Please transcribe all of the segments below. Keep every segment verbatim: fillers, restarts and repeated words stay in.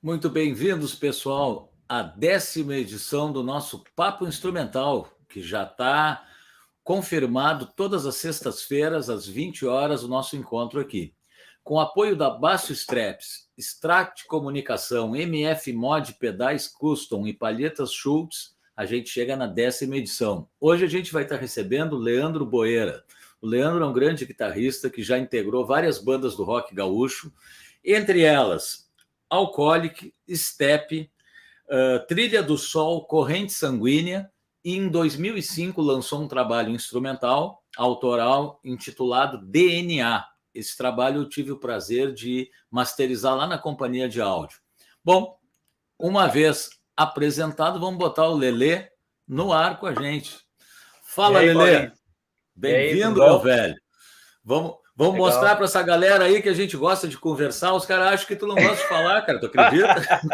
Muito bem-vindos, pessoal, à décima edição do nosso Papo Instrumental, que já está confirmado todas as sextas-feiras, às vinte horas, o nosso encontro aqui. Com apoio da Basso Straps, Stract Comunicação, M F Mod Pedais Custom e Palhetas Schultz, a gente chega na décima edição. Hoje a gente vai estar recebendo Leandro Boeira. O Leandro é um grande guitarrista que já integrou várias bandas do rock gaúcho, entre elas Alcoholic, Steppe, uh, Trilha do Sol, Corrente Sanguínea, e em dois mil e cinco lançou um trabalho instrumental, autoral, intitulado D N A. Esse trabalho eu tive o prazer de masterizar lá na companhia de áudio. Bom, uma vez apresentado, vamos botar o Lelê no ar com a gente. Fala, aí, Lelê. Bem-vindo, meu velho. Vamos, vamos mostrar para essa galera aí que a gente gosta de conversar. Os caras acham que tu não gosta de falar, cara. Tu acredita?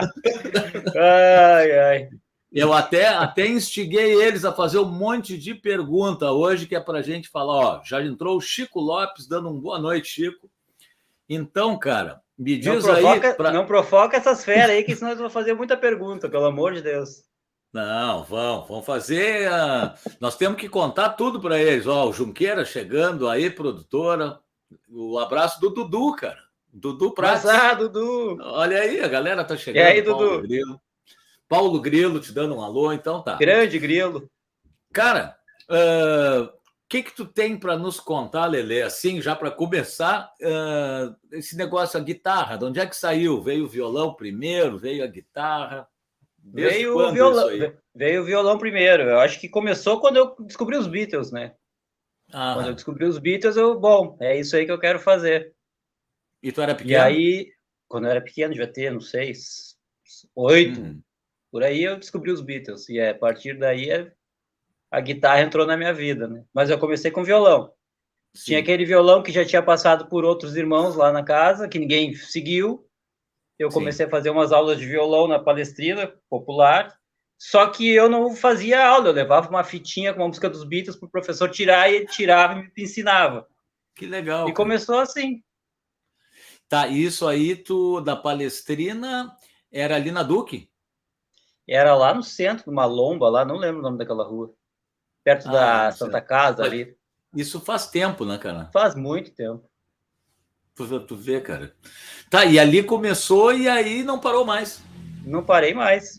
Ai, ai. Eu até, até instiguei eles a fazer um monte de pergunta hoje, que é para a gente falar, ó, já entrou o Chico Lopes dando um boa noite, Chico. Então, cara, me diz não provoca, aí... Pra... Não provoca essas feras aí, que senão eles vão fazer muita pergunta, pelo amor de Deus. Não, vão, vão fazer... Uh... Nós temos que contar tudo para eles. Ó, o Junqueira chegando aí, produtora. O abraço do Dudu, cara. Dudu Prates. Ah, Dudu. Olha aí, a galera tá chegando. E aí, Paulo Dudu? Grilo. Paulo Grilo te dando um alô, então tá. Grande Grilo. Cara, o uh, que que tu tem para nos contar, Lelê, assim, já para começar, uh, esse negócio, a guitarra, de onde é que saiu? Veio o violão primeiro, veio a guitarra? Desde veio o violão, veio o violão primeiro. Eu acho que começou quando eu descobri os Beatles, né? Ah. Quando eu descobri os Beatles, eu, bom, é isso aí que eu quero fazer. E tu era pequeno? E aí, quando eu era pequeno, devia ter, não sei, oito. Hum. Por aí eu descobri os Beatles, e é, a partir daí a guitarra entrou na minha vida, né? Mas eu comecei com violão. Sim. Tinha aquele violão que já tinha passado por outros irmãos lá na casa, que ninguém seguiu. Eu comecei Sim. a fazer umas aulas de violão na Palestrina popular, só que eu não fazia aula, eu levava uma fitinha com uma música dos Beatles para o professor tirar, e ele tirava e me ensinava. Que legal. E cara. Começou assim. Tá, isso aí tu, da Palestrina, era ali na Duque? Era lá no centro, numa lomba lá, não lembro o nome daquela rua. Perto ah, da Santa Casa Mas ali. Isso faz tempo, né, cara? Faz muito tempo. Tu, tu vê, cara. Tá, e ali começou e aí não parou mais. Não parei mais.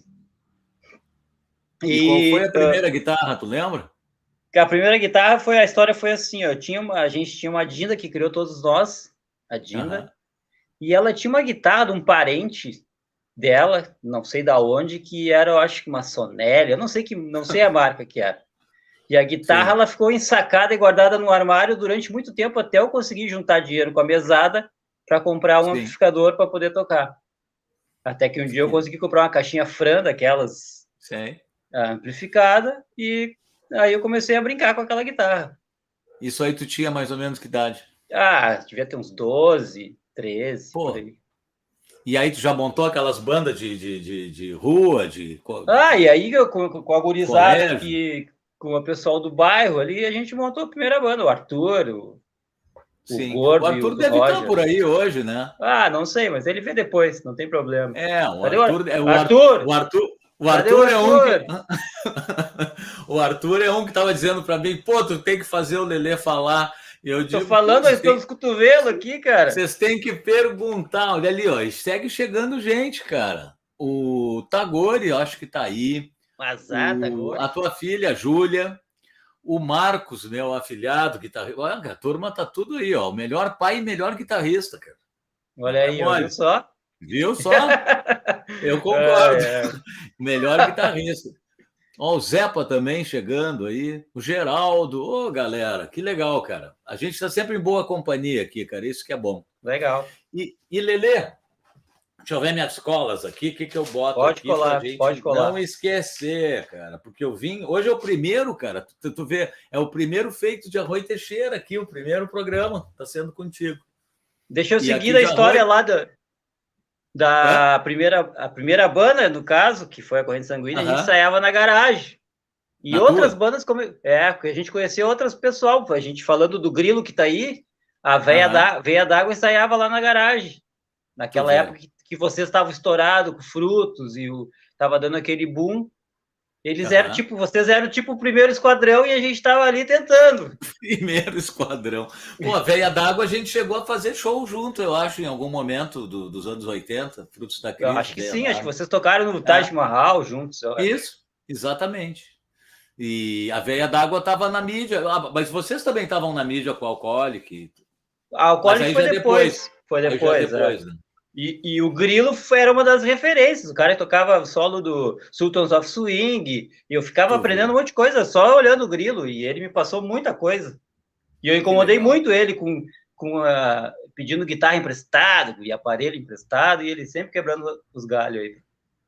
E, e qual foi a primeira uh, guitarra, tu lembra? A primeira guitarra foi, a história foi assim, ó, tinha uma, a gente tinha uma Dinda que criou todos nós, a Dinda, uhum. E ela tinha uma guitarra de um parente dela, não sei da onde, que era, eu acho que uma Sonelli, eu não sei que, não sei a marca que era. E a guitarra, Sim. ela ficou ensacada e guardada no armário durante muito tempo, até eu conseguir juntar dinheiro com a mesada para comprar um Sim. amplificador para poder tocar. Até que um Sim. dia eu consegui comprar uma caixinha Fran, daquelas Sim. amplificada, e aí eu comecei a brincar com aquela guitarra. Isso aí tu tinha mais ou menos que idade? Ah, devia ter uns doze, treze, Pô. por aí. E aí tu já montou aquelas bandas de, de, de, de rua, de... Ah, e aí eu, com, com a gurizada, que, com o pessoal do bairro ali, a gente montou a primeira banda, o Arthur, o, Sim. o Gordo o Arthur e o deve Roger. estar por aí hoje, né? Ah, não sei, mas ele vê depois, não tem problema. É, o Cadê Arthur... É, o Arthur? O Arthur, o Arthur, Arthur é um que... o Arthur é um que estava dizendo para mim, pô, tu tem que fazer o Lelê falar... Eu Tô digo, falando aí pelos cotovelos aqui, cara. Vocês têm que perguntar. Olha ali, ó. Segue chegando gente, cara. O Tagore, eu acho que tá aí. Azar, o... Tagore. A tua filha, a Júlia. O Marcos, meu afilhado, guitarrista. Olha, a turma tá tudo aí, ó. O melhor pai e melhor guitarrista, cara. Olha aí, é viu só? Viu só? Eu concordo. É, é. Melhor guitarrista. Ó, o Zepa também chegando aí, o Geraldo, ô, galera, que legal, cara. A gente está sempre em boa companhia aqui, cara, isso que é bom. Legal. E, e Lelê, deixa eu ver minhas colas aqui, o que, que eu boto pode aqui colar, pra gente pode colar. não esquecer, cara, porque eu vim, hoje é o primeiro, cara, tu, tu vê, é o primeiro feito de Arroio Teixeira aqui, o primeiro programa, tá sendo contigo. Deixa eu e seguir a história Arroio... lá da... Da primeira, a primeira banda, no caso, que foi a Corrente Sanguínea, uh-huh. a gente ensaiava na garagem. E na outras tua? bandas, como é, a gente conheceu outras pessoal, a gente falando do Grilo que tá aí, a Veia uh-huh. da, Veia d'Água ensaiava lá na garagem. Naquela época que, que vocês estavam estourados com frutos e o, tava dando aquele boom. Eles uhum. eram tipo, vocês eram tipo o primeiro esquadrão e a gente estava ali tentando. Primeiro esquadrão. Pô, a Véia d'Água a gente chegou a fazer show junto, eu acho, em algum momento do, dos anos oitenta, Frutos da Crise. Eu acho que sim, acho que vocês tocaram no Taj Mahal juntos. Isso, exatamente. E a Véia d'Água estava na mídia, mas vocês também estavam na mídia com o Alcoholic. A Alcoholic foi depois. depois. Foi depois, depois é. né? E, e o Grilo era uma das referências. O cara tocava solo do Sultans of Swing. E eu ficava Tudo aprendendo bem. um monte de coisa só olhando o Grilo. E ele me passou muita coisa. E eu incomodei muito ele com, com a, pedindo guitarra emprestada e aparelho emprestado. E ele sempre quebrando os galhos aí.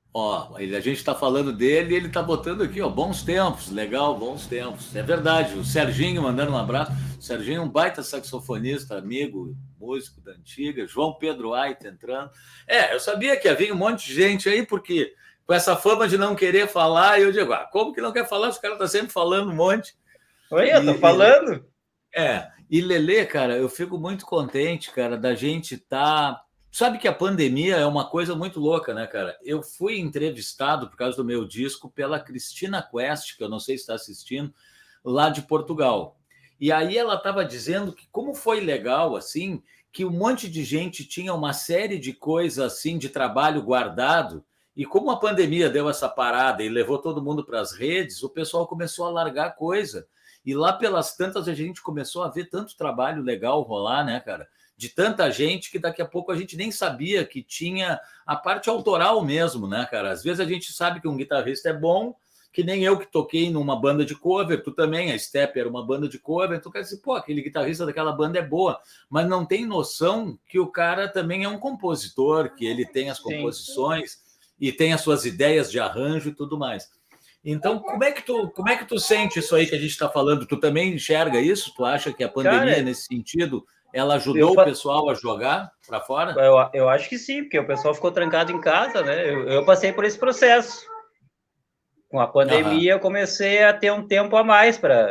Ó, a gente está falando dele e ele está botando aqui, ó, bons tempos, legal, bons tempos. É verdade, o Serginho mandando um abraço. O Serginho é um baita saxofonista, amigo, músico da antiga. João Pedro Ait entrando. É, eu sabia que havia um monte de gente aí, porque com essa fama de não querer falar, eu digo, ah, como que não quer falar? Os caras estão sempre falando um monte. Oi, eu tô e, falando. E, é, e Lelê, cara, eu fico muito contente, cara, da gente estar... Tá... Sabe que a pandemia é uma coisa muito louca, né, cara? Eu fui entrevistado, por causa do meu disco, pela Cristina Quest, que eu não sei se está assistindo, lá de Portugal. E aí ela estava dizendo que como foi legal, assim, que um monte de gente tinha uma série de coisas, assim, de trabalho guardado, e como a pandemia deu essa parada e levou todo mundo para as redes, o pessoal começou a largar coisa. E lá pelas tantas a gente começou a ver tanto trabalho legal rolar, né, cara? De tanta gente que daqui a pouco a gente nem sabia que tinha a parte autoral mesmo, né, cara? Às vezes a gente sabe que um guitarrista é bom, que nem eu que toquei numa banda de cover, tu também, a Step era uma banda de cover, tu quer dizer, pô, aquele guitarrista daquela banda é boa, mas não tem noção que o cara também é um compositor, que ele tem as composições Sim. e tem as suas ideias de arranjo e tudo mais. Então, como é que tu, como é que tu sente isso aí que a gente está falando? Tu também enxerga isso? Tu acha que a pandemia, cara, nesse sentido... Ela ajudou eu, o pessoal a jogar para fora? Eu, eu acho que sim, porque o pessoal ficou trancado em casa, né? Eu, eu passei por esse processo. Com a pandemia, uhum. eu comecei a ter um tempo a mais para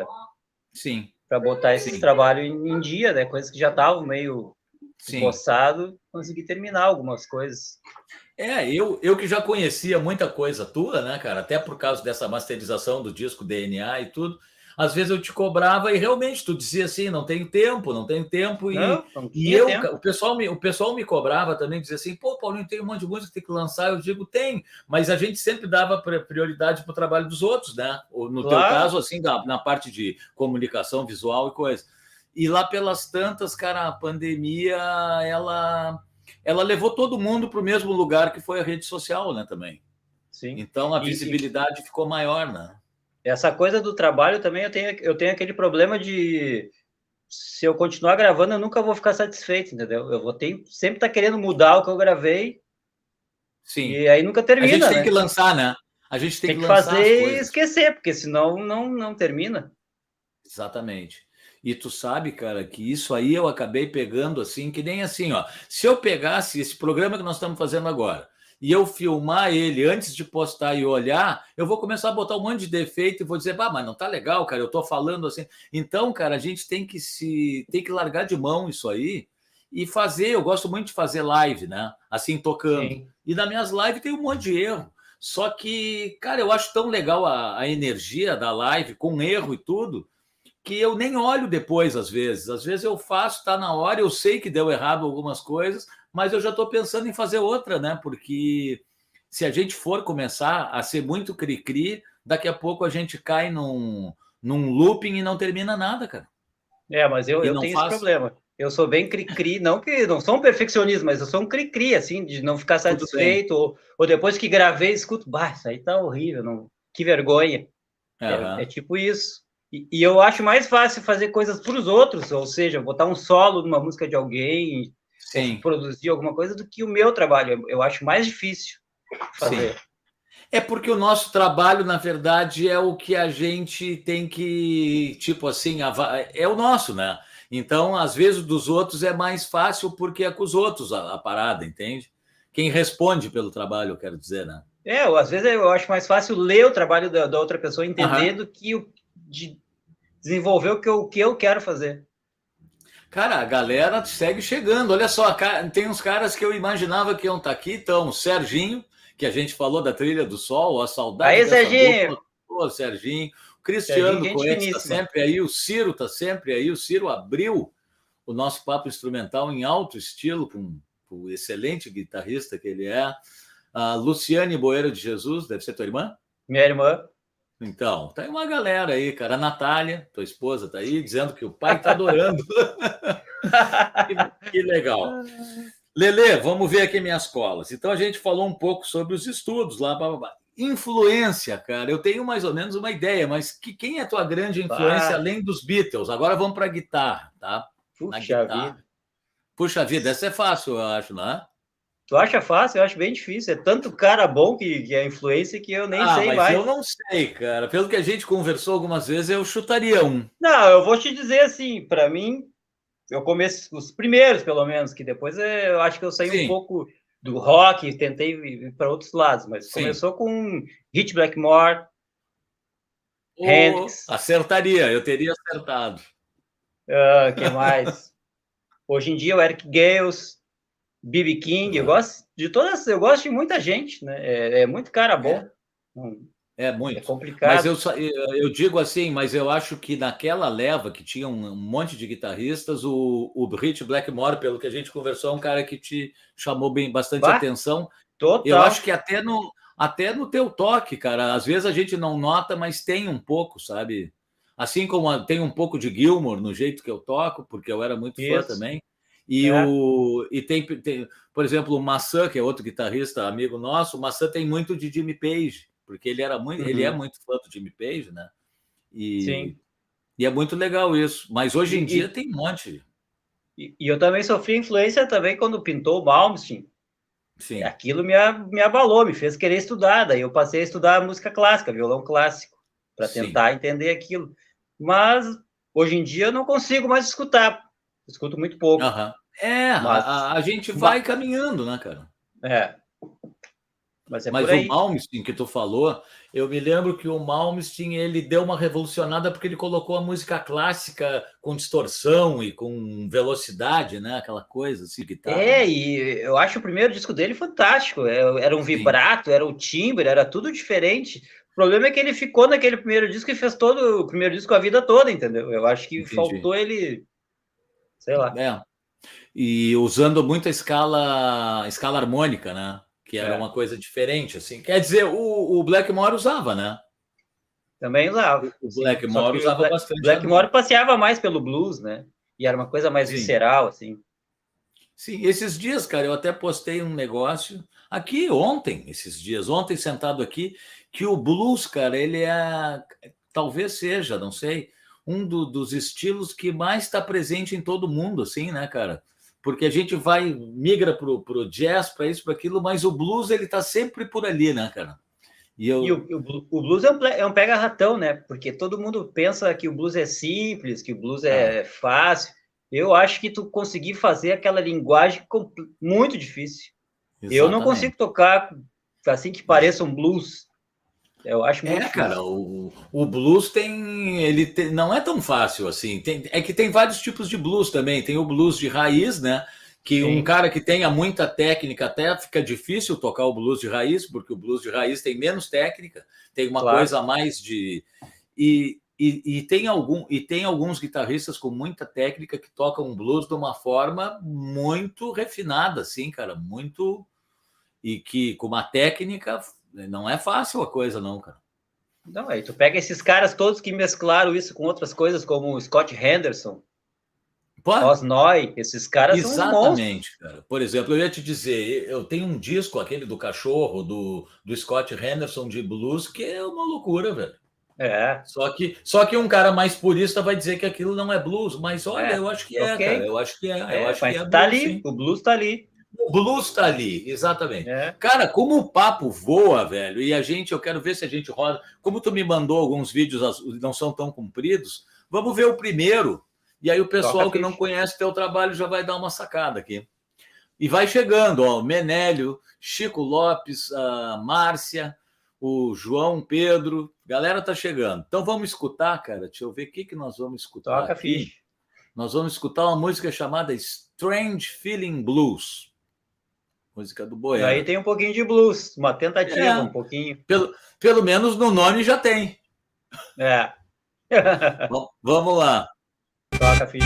sim para botar esse sim. trabalho em, em dia, né? Coisas que já estavam meio empossado, consegui terminar algumas coisas. É, eu, eu que já conhecia muita coisa tua, né, cara? Até por causa dessa masterização do disco D N A e tudo. Às vezes eu te cobrava e realmente tu dizia assim, não tenho tempo, não tenho tempo. E, não, não e eu, tempo. O, pessoal me, o pessoal me cobrava também, dizia assim, pô, Paulinho, tem um monte de música que tem que lançar. Eu digo, tem, mas a gente sempre dava prioridade para o trabalho dos outros, né? No claro. Teu caso, assim, na, na parte de comunicação visual e coisa. E lá pelas tantas, cara, a pandemia, ela, ela levou todo mundo para o mesmo lugar que foi a rede social, né, também. Sim. Então a e, visibilidade e... ficou maior, né? Essa coisa do trabalho também, eu tenho, eu tenho aquele problema de se eu continuar gravando, eu nunca vou ficar satisfeito, entendeu? Eu vou ter, sempre estar tá querendo mudar o que eu gravei. Sim. E aí nunca termina, A gente tem né? que lançar, né? A gente tem, tem que, que lançar fazer e esquecer, porque senão não, não termina. Exatamente. E tu sabe, cara, que isso aí eu acabei pegando assim, que nem assim, ó. Se eu pegasse esse programa que nós estamos fazendo agora, e eu filmar ele antes de postar e olhar, eu vou começar a botar um monte de defeito e vou dizer, bah, mas não tá legal, cara, eu tô falando assim. Então, cara, a gente tem que se tem que largar de mão isso aí e fazer, eu gosto muito de fazer live, né? Assim, tocando. Sim. E nas minhas lives tem um monte de erro. Só que, cara, eu acho tão legal a, a energia da live, com erro e tudo, que eu nem olho depois, às vezes. Às vezes eu faço, tá na hora, eu sei que deu errado algumas coisas, mas eu já estou pensando em fazer outra, né? Porque se a gente for começar a ser muito cri-cri, daqui a pouco a gente cai num, num looping e não termina nada, cara. É, mas eu, eu tenho faz... esse problema. Eu sou bem cri-cri, não que não sou um perfeccionista, mas eu sou um cri-cri, assim, de não ficar satisfeito, ou, ou depois que gravei, escuto, bah, isso aí tá horrível, não... que vergonha. Uhum. É, é tipo isso. E, e eu acho mais fácil fazer coisas para os outros, ou seja, botar um solo numa música de alguém, Sim. produzir alguma coisa, do que o meu trabalho. Eu acho mais difícil fazer. Sim. É porque o nosso trabalho, na verdade, é o que a gente tem que, tipo assim, é o nosso, né? Então, às vezes, dos outros é mais fácil porque é com os outros a, a parada, entende? Quem responde pelo trabalho, eu quero dizer, né? É, eu, às vezes eu acho mais fácil ler o trabalho da, da outra pessoa, entender, uhum. do que o, de desenvolver o que eu, o que eu quero fazer. Cara, a galera segue chegando. Olha só, tem uns caras que eu imaginava que iam estar aqui. Então, o Serginho, que a gente falou da Trilha do Sol, a saudade Aí, dessa Serginho! dupla. Pô, Serginho. O Serginho, Cristiano gente Coete está finíssima. sempre aí. O Ciro está sempre aí. O Ciro abriu o nosso papo instrumental em alto estilo, com o excelente guitarrista que ele é. A Luciane Boeira de Jesus, deve ser tua irmã? Minha irmã. Então, tem uma galera aí, cara. A Natália, tua esposa, tá aí, dizendo que o pai tá adorando. que, que legal. Lelê, vamos ver aqui minhas colas. Então, a gente falou um pouco sobre os estudos lá. Blá, blá, blá. Influência, cara. Eu tenho mais ou menos uma ideia, mas que, quem é a tua grande influência ah. além dos Beatles? Agora vamos para a guitarra, tá? Puxa Na guitarra. vida. Puxa vida, essa é fácil, eu acho, né? Tu acha fácil? Eu acho bem difícil. É tanto cara bom que, que é influência que eu nem ah, sei mas mais. Eu não sei, cara. Pelo que a gente conversou algumas vezes, eu chutaria um. Não, eu vou te dizer assim, para mim, eu comecei os primeiros, pelo menos, que depois eu acho que eu saí Sim. um pouco do rock, tentei ir para outros lados, mas Sim. começou com Hit Blackmore, oh, Hendrix. Acertaria, eu teria acertado. Uh, que mais? Hoje em dia o Eric Gales, B B King, uhum. eu gosto de todas, eu gosto de muita gente, né? É, é muito cara bom. É, é muito. É complicado. Mas eu, eu digo assim, mas eu acho que naquela leva que tinha um monte de guitarristas, o, o Hit Blackmore, pelo que a gente conversou, é um cara que te chamou bem bastante bah, atenção. Total. Eu acho que até no, até no teu toque, cara, às vezes a gente não nota, mas tem um pouco, sabe? Assim como tem um pouco de Gilmour no jeito que eu toco, porque eu era muito Isso. fã também. E, é. o, e tem, tem, por exemplo, o Maçã, que é outro guitarrista, amigo nosso, o Maçã tem muito de Jimmy Page, porque ele, era muito, uhum. ele é muito fã do Jimmy Page, né? E, Sim. E é muito legal isso. Mas hoje em e, dia tem um monte. E, e eu também sofri influência também quando pintou o Malmsteen. Sim. Aquilo me, me abalou, me fez querer estudar. Daí eu passei a estudar música clássica, violão clássico, para tentar entender aquilo. Mas hoje em dia eu não consigo mais escutar. Escuto muito pouco. Uhum. É, mas, a, a gente vai mas, caminhando, né, cara? É. Mas, é mas o Malmsteen que tu falou, eu me lembro que o Malmsteen ele deu uma revolucionada porque ele colocou a música clássica com distorção e com velocidade, né? Aquela coisa assim, guitarra. É, e eu acho o primeiro disco dele fantástico. Era um vibrato, Sim. era o timbre, era tudo diferente. O problema é que ele ficou naquele primeiro disco e fez todo o primeiro disco a vida toda, entendeu? Eu acho que Entendi. faltou ele, sei lá. É. E usando muita escala, escala harmônica, né? Que era é. uma coisa diferente, assim. Quer dizer, o, o Blackmore usava, né? Também usava. O Blackmore usava o Black, bastante. Blackmore passeava mais pelo blues, né? E era uma coisa mais Sim. visceral, assim. Sim, esses dias, cara, eu até postei um negócio aqui ontem, esses dias, ontem sentado aqui, que o blues, cara, ele é, talvez seja, não sei, um do, dos estilos que mais está presente em todo mundo, assim, né, cara? Porque a gente vai, migra pro, pro jazz, para isso, para aquilo, mas o blues, ele tá sempre por ali, né, cara? E, eu... e o, o, o blues é um, é um pega-ratão, né? Porque todo mundo pensa que o blues é simples, que o blues é ah. fácil. Eu acho que tu conseguir fazer aquela linguagem muito difícil. Exatamente. Eu não consigo tocar assim que pareça um blues. Eu acho muito é, difícil. cara, o, o blues tem, ele tem, não é tão fácil assim. Tem, é que tem vários tipos de blues também. Tem o blues de raiz, né? Que Sim. um cara que tenha muita técnica até fica difícil tocar o blues de raiz, porque o blues de raiz tem menos técnica, tem uma claro. coisa a mais de e, e, e tem algum e tem alguns guitarristas com muita técnica que tocam blues de uma forma muito refinada, assim, cara, muito e que com uma técnica não é fácil a coisa, não, cara. Não, aí tu pega esses caras todos que mesclaram isso com outras coisas, como o Scott Henderson, Osnoy, esses caras Exatamente, são cara. Por exemplo, eu ia te dizer, eu tenho um disco, aquele do cachorro, do, do Scott Henderson de blues, que é uma loucura, velho. É. Só que, só que um cara mais purista vai dizer que aquilo não é blues, mas olha, é. eu acho que é, okay. cara. Eu acho que é. é eu acho mas que é tá blues, ali, sim. o blues tá ali. O blues tá ali, exatamente. É. Cara, como o papo voa, velho, e a gente, eu quero ver se a gente roda. Como tu me mandou alguns vídeos, não são tão compridos, vamos ver o primeiro. E aí o pessoal Toca que não conhece teu trabalho já vai dar uma sacada aqui. E vai chegando, ó, Menélio, Chico Lopes, a Márcia, o João Pedro, galera tá chegando. Então vamos escutar, cara. Deixa eu ver o que, que nós vamos escutar. Toca aqui. ficha. nós vamos escutar uma música chamada Strange Feeling Blues. Música do Boero. E aí tem um pouquinho de blues, uma tentativa, é, um pouquinho. Pelo, pelo menos no nome já tem. É. Bom, vamos lá. Toca, filho.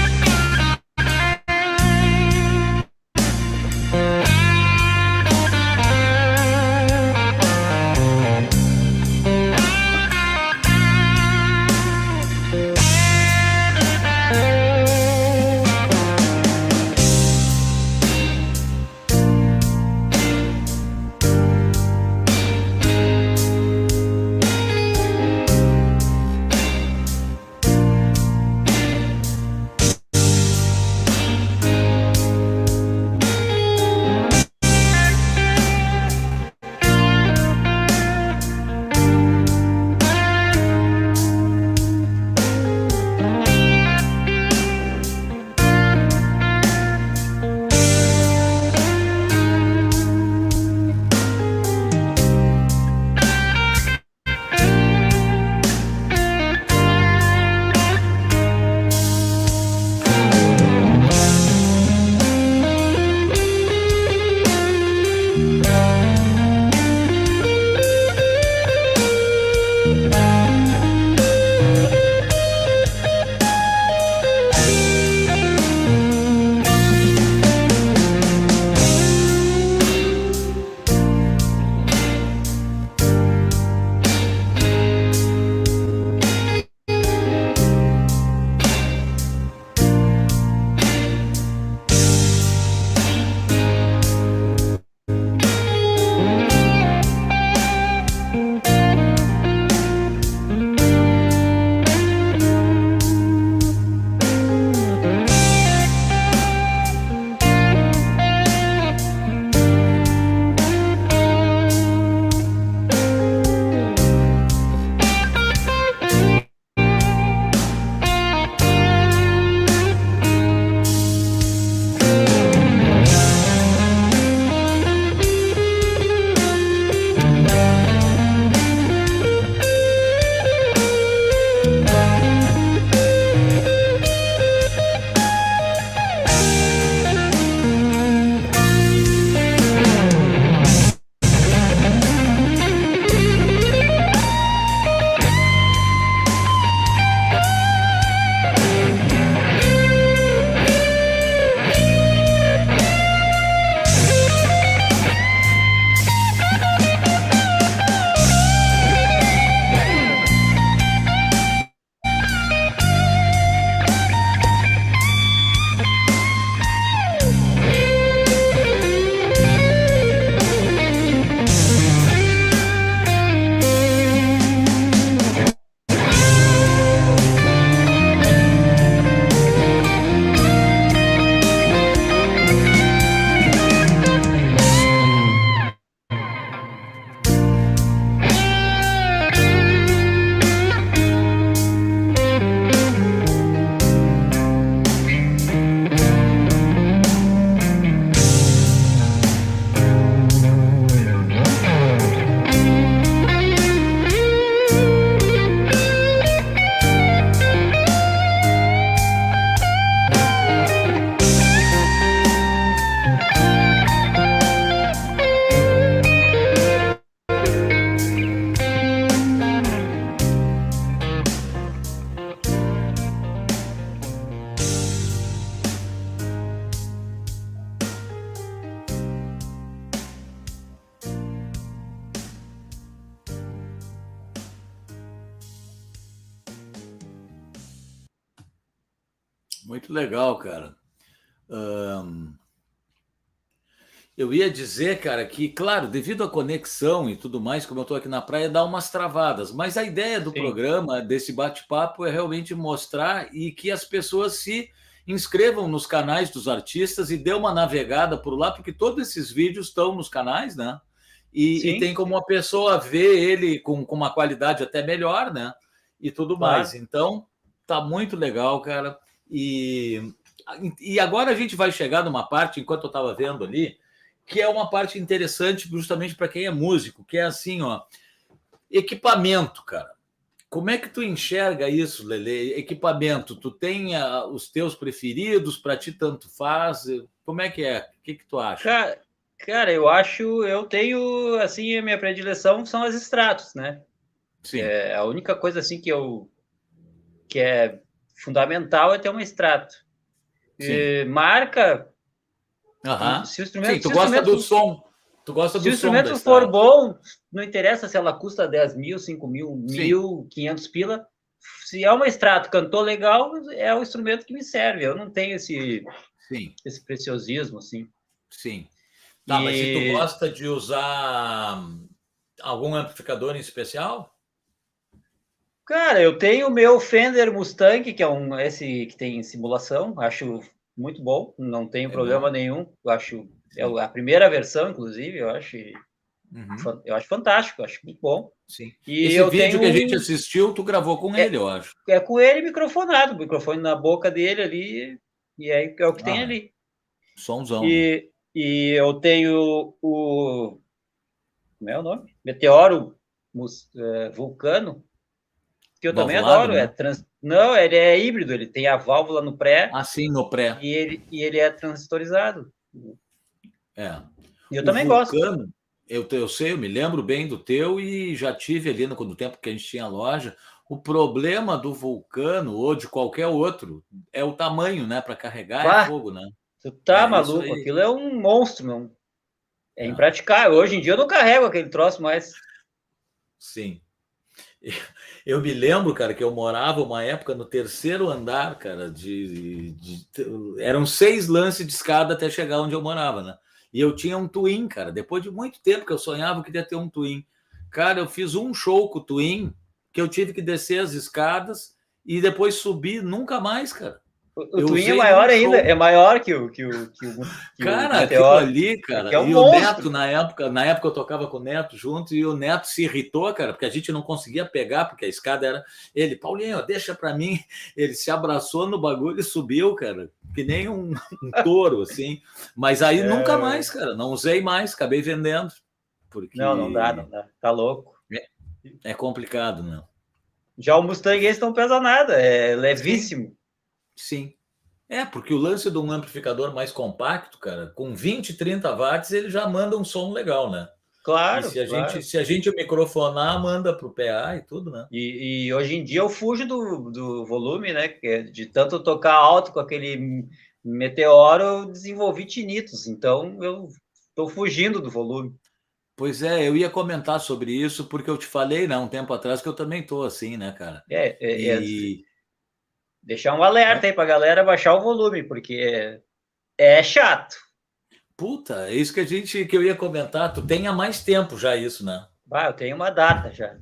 Muito legal, cara. Um, eu ia dizer, cara, que, claro, devido à conexão e tudo mais, como eu estou aqui na praia, dá umas travadas. Mas a ideia do Sim. programa, desse bate-papo, é realmente mostrar e que as pessoas se inscrevam nos canais dos artistas e dê uma navegada por lá, porque todos esses vídeos estão nos canais, né? E, e tem como a pessoa ver ele com, com uma qualidade até melhor, né? E tudo claro. mais. Então, tá muito legal, cara. E, e agora a gente vai chegar numa parte, enquanto eu estava vendo ali, que é uma parte interessante justamente para quem é músico, que é assim, ó, equipamento, cara. Como é que tu enxerga isso, Lele? Equipamento, tu tem uh, os teus preferidos, para ti tanto faz? Como é que é? O que, que tu acha? Cara, cara, eu acho, eu tenho, assim, a minha predileção são as extratos, né? Sim. É, a única coisa, assim, que eu, que é fundamental é ter um extrato. E marca, Aham. se o instrumento... Sim, tu se gosta instrumento, do som. Tu gosta se do o som da instrumento for estrada. bom, não interessa se ela custa dez mil, cinco mil, Sim. mil, quinhentos pila. Se é uma extrato, cantou legal, é o instrumento que me serve. Eu não tenho esse, Sim. esse preciosismo, assim. Sim. Tá, E... mas se tu gosta de usar algum amplificador em especial? Cara, eu tenho o meu Fender Mustang, que é um esse que tem simulação, acho muito bom, não tenho É problema bom? nenhum. Eu acho é Sim. a primeira versão, inclusive, eu acho, Uhum. eu acho fantástico, acho muito bom. Sim. E Esse eu vídeo tenho que a gente um, assistiu, tu gravou com é, ele, eu acho. é com ele microfonado, o microfone na boca dele ali, e é, é o que tem Ah, ali. somzão, né? E, e eu tenho o, como é o nome? Meteoro mus, é, Vulcano, que eu também Valvulado, adoro. É né? trans... Não, ele é híbrido, ele tem a válvula no pré Ah, sim, no pré. e ele, e ele é transistorizado. É. E eu O também gosto. Vulcano, eu, eu sei, eu me lembro bem do teu e já tive ali no, no tempo que a gente tinha loja. O problema do Vulcano ou de qualquer outro é o tamanho, né? Para carregar é Pá, fogo, né? tu tá É isso maluco, aí. aquilo é um monstro, não. É É, impraticável. Hoje em dia eu não carrego aquele troço mais. sim. Eu me lembro, cara, que eu morava uma época no terceiro andar, cara, de, de, de, eram seis lances de escada até chegar onde eu morava, né? E eu tinha um Twin, cara. Depois de muito tempo que eu sonhava, eu queria ter um Twin. Cara, eu fiz um show com o Twin que eu tive que descer as escadas e depois subir nunca mais, cara. O, o Eu Twin é usei num maior ainda, show. é maior que o, que o, que o, que o Cara, aquilo Meteoro. ali, Porque cara, é um e o Neto monstro. na época, na época eu tocava com o Neto junto e o Neto se irritou, cara, porque a gente não conseguia pegar, porque a escada era ele, Paulinho, deixa para mim. Ele se abraçou no bagulho e subiu, cara, que nem um, um touro assim. Mas aí nunca É... mais, cara, não usei mais, acabei vendendo, Não, não dá, porque não dá. Tá louco. é, é complicado, não. Já o Mustang esse não pesa nada, é Sim, levíssimo. sim. É, porque o lance de um amplificador mais compacto, cara, com vinte, trinta watts, ele já manda um som legal, né? E Claro, se a gente, claro. se a gente microfonar, manda para o P A e tudo, né? E, e hoje em dia eu fujo do, do volume, né? De tanto tocar alto com aquele meteoro, eu desenvolvi tinitos. Então eu estou fugindo do volume. Pois é, eu ia comentar sobre isso porque eu te falei, né, um tempo atrás que eu também tô assim, né, cara? É, é, é E deixar um alerta é, aí para a galera baixar o volume, porque é, é chato. puta, é isso que a gente que eu ia comentar. Tu tem há mais tempo já isso, né? Ah, eu tenho uma data já.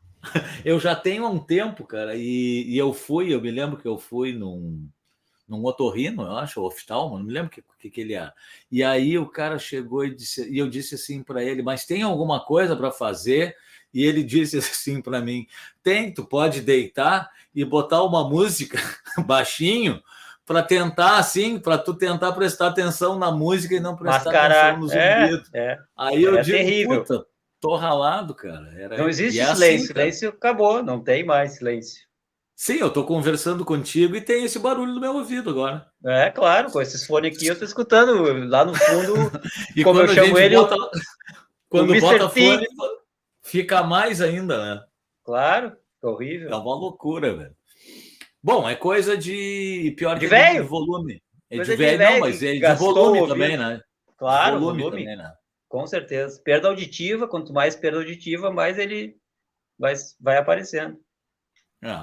Eu já tenho há um tempo, cara, e, e eu fui, eu me lembro que eu fui num, num otorrino, eu acho, oftalmo, não me lembro o que, que, que ele era. E aí o cara chegou e disse, e eu disse assim para ele, mas tem alguma coisa para fazer? E ele disse assim para mim, tem, tu pode deitar e botar uma música baixinho para tentar assim, para tu tentar prestar atenção na música e não prestar atenção Mascarar. no É, zumbido. é. Aí eu É digo, terrível. puta, tô ralado, cara. Não Era... E existe é silêncio. assim, cara. Silêncio acabou, não tem mais silêncio. Sim, eu tô conversando contigo e tem esse barulho no meu ouvido agora. É, claro, com esses fones aqui eu tô escutando lá no fundo, E como eu quando a chamo gente ele, bota, o, o quando bota mister fone, T. fica mais ainda, né? Claro, É horrível. uma loucura, velho. Bom, é coisa de. Pior De que é de, de velho, volume. É de coisa de velho, não, velho mas que é de gastou o volume também, ouvido. né? De Claro, volume volume, também, né? com certeza. Perda auditiva, quanto mais perda auditiva, mais ele vai, vai aparecendo. É.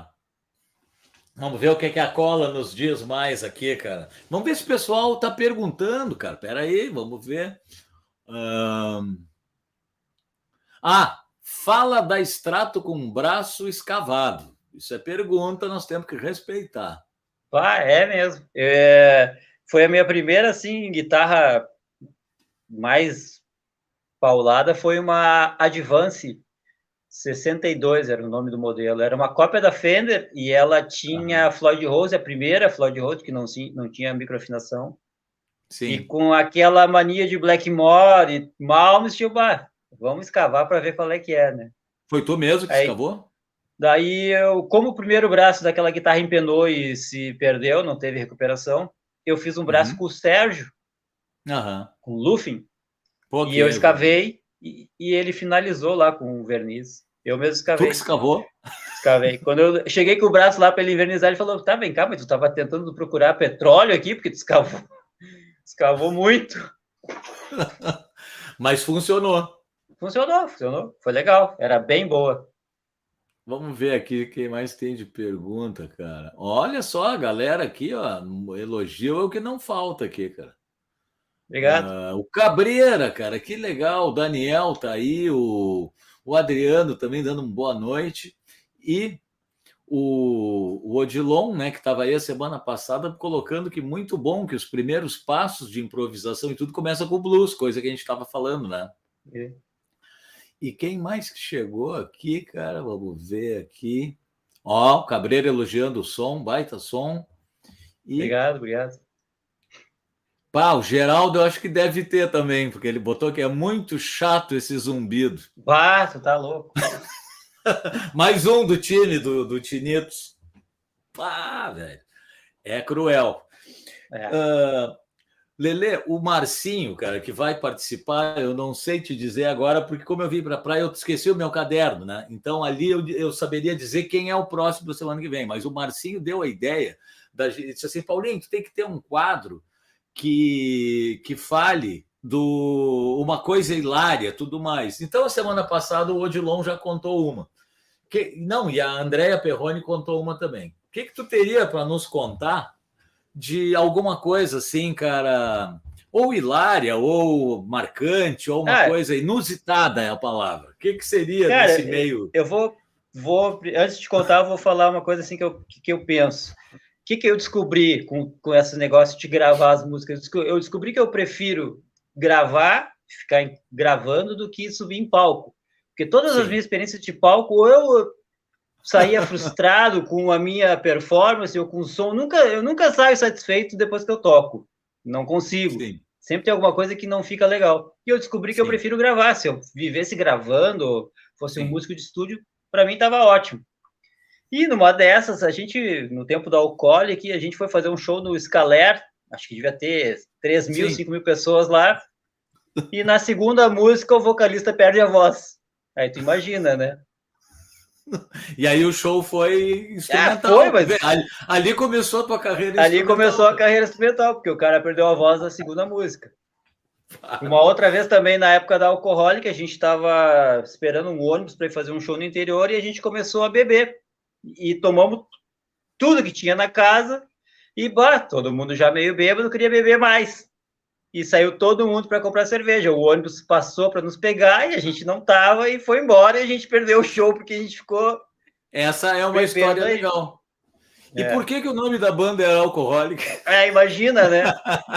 Vamos ver o que, que a cola nos diz mais aqui, cara. Vamos ver se o pessoal tá perguntando, cara. Pera aí, vamos ver. Ahn, Ah, fala da extrato com braço escavado. Isso é pergunta, nós temos que respeitar. Ah, é mesmo. É, foi a minha primeira, assim, guitarra mais paulada, foi uma Advance sessenta e dois, era o nome do modelo. Era uma cópia da Fender e ela tinha Aham. Floyd Rose, a primeira Floyd Rose, que não, não tinha microafinação. E Sim. com aquela mania de Blackmore e Malmsteen, bah, vamos escavar para ver qual é que é, né? Foi tu mesmo que Aí, escavou? Daí, eu, como o primeiro braço daquela guitarra empenou e se perdeu, não teve recuperação, eu fiz um braço Uhum. com o Sérgio, Aham. com o Lufin, Pô, e que eu é, velho. escavei, e, e ele finalizou lá com o verniz. Eu mesmo Tu que escavei. escavou? Escavei. Quando eu cheguei com o braço lá para ele invernizar, ele falou: tá, vem cá, mas tu tava tentando procurar petróleo aqui, porque tu escavou, escavou muito. Mas funcionou. Funcionou, funcionou. Foi legal, era bem boa. Vamos ver aqui quem mais tem de pergunta, cara. Olha só, a galera aqui, ó, elogio é o que não falta aqui, cara. Obrigado. Ah, o Cabreira, cara, que legal. O Daniel tá aí, o, o Adriano também dando uma boa noite. E o, o Odilon, né, que estava aí a semana passada, colocando que muito bom que os primeiros passos de improvisação e tudo começa com o blues, coisa que a gente estava falando, né? É. E quem mais que chegou aqui, cara? Vamos ver aqui. Ó, o Cabreira elogiando o som, baita som. E Obrigado, obrigado. pá, o Geraldo eu acho que deve ter também, porque ele botou que é muito chato esse zumbido. Bah, tu tá louco. Mais um do time, do, do Tinitos. Pá, velho. É cruel. É. Uh, Lelê, o Marcinho, cara, que vai participar, eu não sei te dizer agora, porque como eu vim para a praia, eu esqueci o meu caderno, né? Então ali eu, eu saberia dizer quem é o próximo da semana que vem. Mas o Marcinho deu a ideia, da, disse assim, Paulinho, tu tem que ter um quadro que, que fale do uma coisa hilária, tudo mais. Então a semana passada o Odilon já contou uma. Que, não, e a Andrea Perrone contou uma também. O que, que tu teria para nos contar de alguma coisa assim, cara, ou hilária, ou marcante, ou uma Ah, coisa inusitada é a palavra. O que, que seria cara, nesse meio? eu vou, vou, antes de contar, eu vou falar uma coisa assim que eu, que eu penso. O que, que eu descobri com, com esse negócio de gravar as músicas? Eu descobri que eu prefiro gravar, ficar gravando, do que subir em palco. Porque todas Sim. as minhas experiências de palco, ou eu saía frustrado com a minha performance ou com o som. Nunca, eu nunca saio satisfeito depois que eu toco. Não consigo. Sim. Sempre tem alguma coisa que não fica legal. E eu descobri que Sim. eu prefiro gravar. Se eu vivesse gravando, fosse Sim. um músico de estúdio, para mim estava ótimo. E numa dessas, a gente, no tempo da Alcoholic, a gente foi fazer um show no Scaler, acho que devia ter três mil, cinco mil pessoas lá. E na segunda música, o vocalista perde a voz. Aí tu imagina, né? E aí o show foi instrumental. Ah, foi, mas... ali, ali começou a tua carreira ali instrumental. Ali começou a carreira instrumental, porque o cara perdeu a voz na segunda música. Uma outra vez também, na época da Alcoholic, a gente estava esperando um ônibus para ir fazer um show no interior e a gente começou a beber. E tomamos tudo que tinha na casa e, bah, todo mundo já meio bêbado, queria beber mais. E saiu todo mundo para comprar cerveja. O ônibus passou para nos pegar e a gente não tava e foi embora e a gente perdeu o show porque a gente ficou... Essa é uma história aí. legal. E é. por que, que o nome da banda era Alcoholic? É, imagina, né?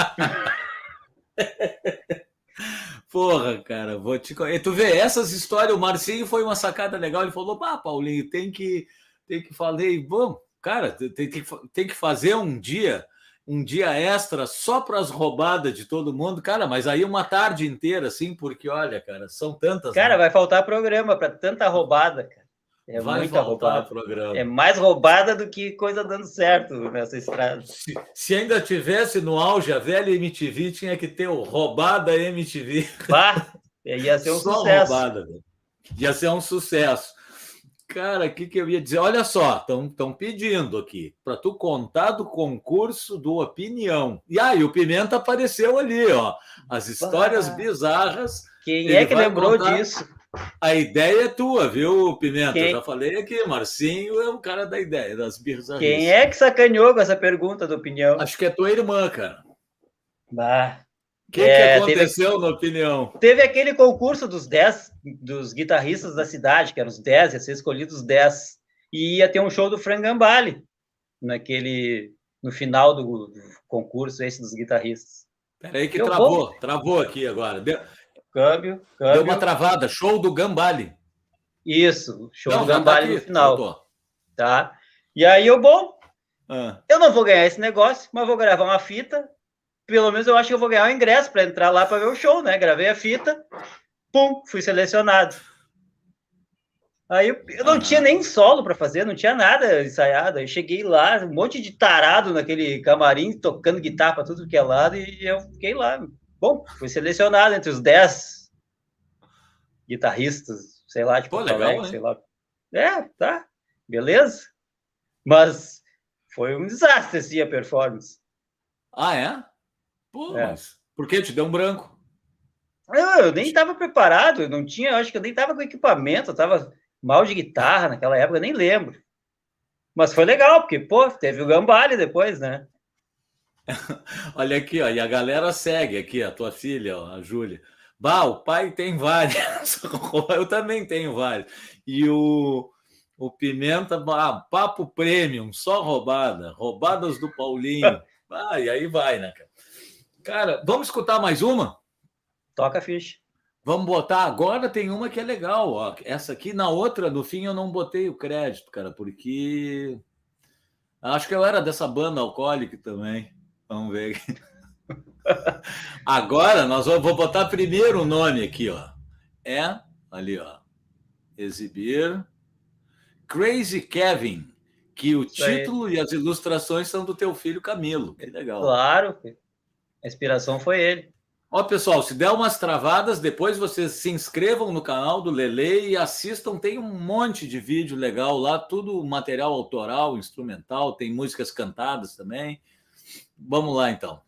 Porra, cara, vou te... Tu vê, essas histórias, o Marcinho foi uma sacada legal, ele falou, ah, Paulinho, tem que... Tem que falei, bom, cara, tem que, tem que fazer um dia... um dia extra só para as roubadas de todo mundo, cara, mas aí uma tarde inteira, assim, porque, olha, cara, são tantas... Cara, né? vai faltar programa para tanta roubada, cara. É vai muita roubada. Programa. É mais roubada do que coisa dando certo nessa estrada. Se, se ainda tivesse no auge a velha M T V, tinha que ter o Roubada M T V. Bah, ia ser um só sucesso. Roubada, velho. Ia ser um sucesso. Cara, o que, que eu ia dizer? Olha só, estão pedindo aqui para tu contar do concurso do Opinião. E aí, ah, o Pimenta apareceu ali, ó. As histórias bah. bizarras. Quem é que lembrou contar... disso? A ideia é tua, viu, Pimenta? Quem... Eu já falei aqui, Marcinho é o cara da ideia, das bizarras. Quem é que sacaneou com essa pergunta do Opinião? Acho que é tua irmã, cara. Bah. O que, é, que aconteceu teve, na opinião? Teve aquele concurso dos dez, dos guitarristas da cidade, que eram os dez, ia ser escolhidos os dez. E ia ter um show do Frank Gambale, naquele, no final do, do concurso, esse dos guitarristas. Peraí que Deu travou, bom. travou aqui agora. Deu, câmbio, câmbio. Deu uma travada, show do Gambale. Isso, show não, do Gambale tá no final. Tá? E aí eu, bom, ah. eu não vou ganhar esse negócio, mas vou gravar uma fita. Pelo menos eu acho que eu vou ganhar o ingresso para entrar lá para ver o show, né? Gravei a fita, pum, fui selecionado. Aí eu, eu não ah. tinha nem solo para fazer, não tinha nada ensaiado. Eu cheguei lá, um monte de tarado naquele camarim, tocando guitarra para tudo que é lado, e eu fiquei lá. Bom, fui selecionado entre os dez guitarristas, sei lá, de Pô, Porto legal, Alegre, sei lá. É, tá, beleza. Mas foi um desastre, assim, a performance. Ah, é? Pô, é. Mas por que te deu um branco? Eu, eu nem estava preparado, eu não tinha, acho que eu nem estava com equipamento, eu estava mal de guitarra naquela época, eu nem lembro. Mas foi legal, porque, pô, teve o Gambale depois, né? Olha aqui, ó, e a galera segue aqui, a tua filha, ó, a Júlia. Bah, o pai tem várias, eu também tenho várias. E o, o Pimenta, ah, papo premium, só roubada, roubadas do Paulinho. Ah, e aí vai, né, cara? Cara, vamos escutar mais uma? Toca a ficha. Vamos botar agora, tem uma que é legal, ó. Essa aqui, na outra, no fim, eu não botei o crédito, cara, porque acho que eu era dessa banda alcoólica também. Vamos ver. Agora, nós vamos vou botar primeiro o nome aqui, ó. É, ali, ó. Exibir. Crazy Kevin, que o Isso título aí. E as ilustrações são do teu filho Camilo. Que legal. Claro, a inspiração foi ele. Ó, pessoal, se der umas travadas, depois vocês se inscrevam no canal do Lele e assistam. Tem um monte de vídeo legal lá, tudo material autoral, instrumental, tem músicas cantadas também. Vamos lá, então.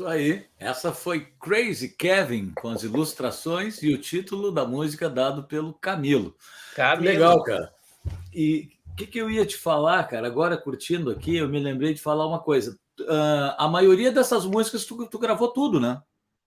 aí. Essa foi Crazy Kevin, com as ilustrações e o título da música dado pelo Camilo. Camilo. Que legal, cara. E o que, que eu ia te falar, cara? Agora, curtindo aqui, eu me lembrei de falar uma coisa. Uh, a maioria dessas músicas tu, tu gravou tudo, né?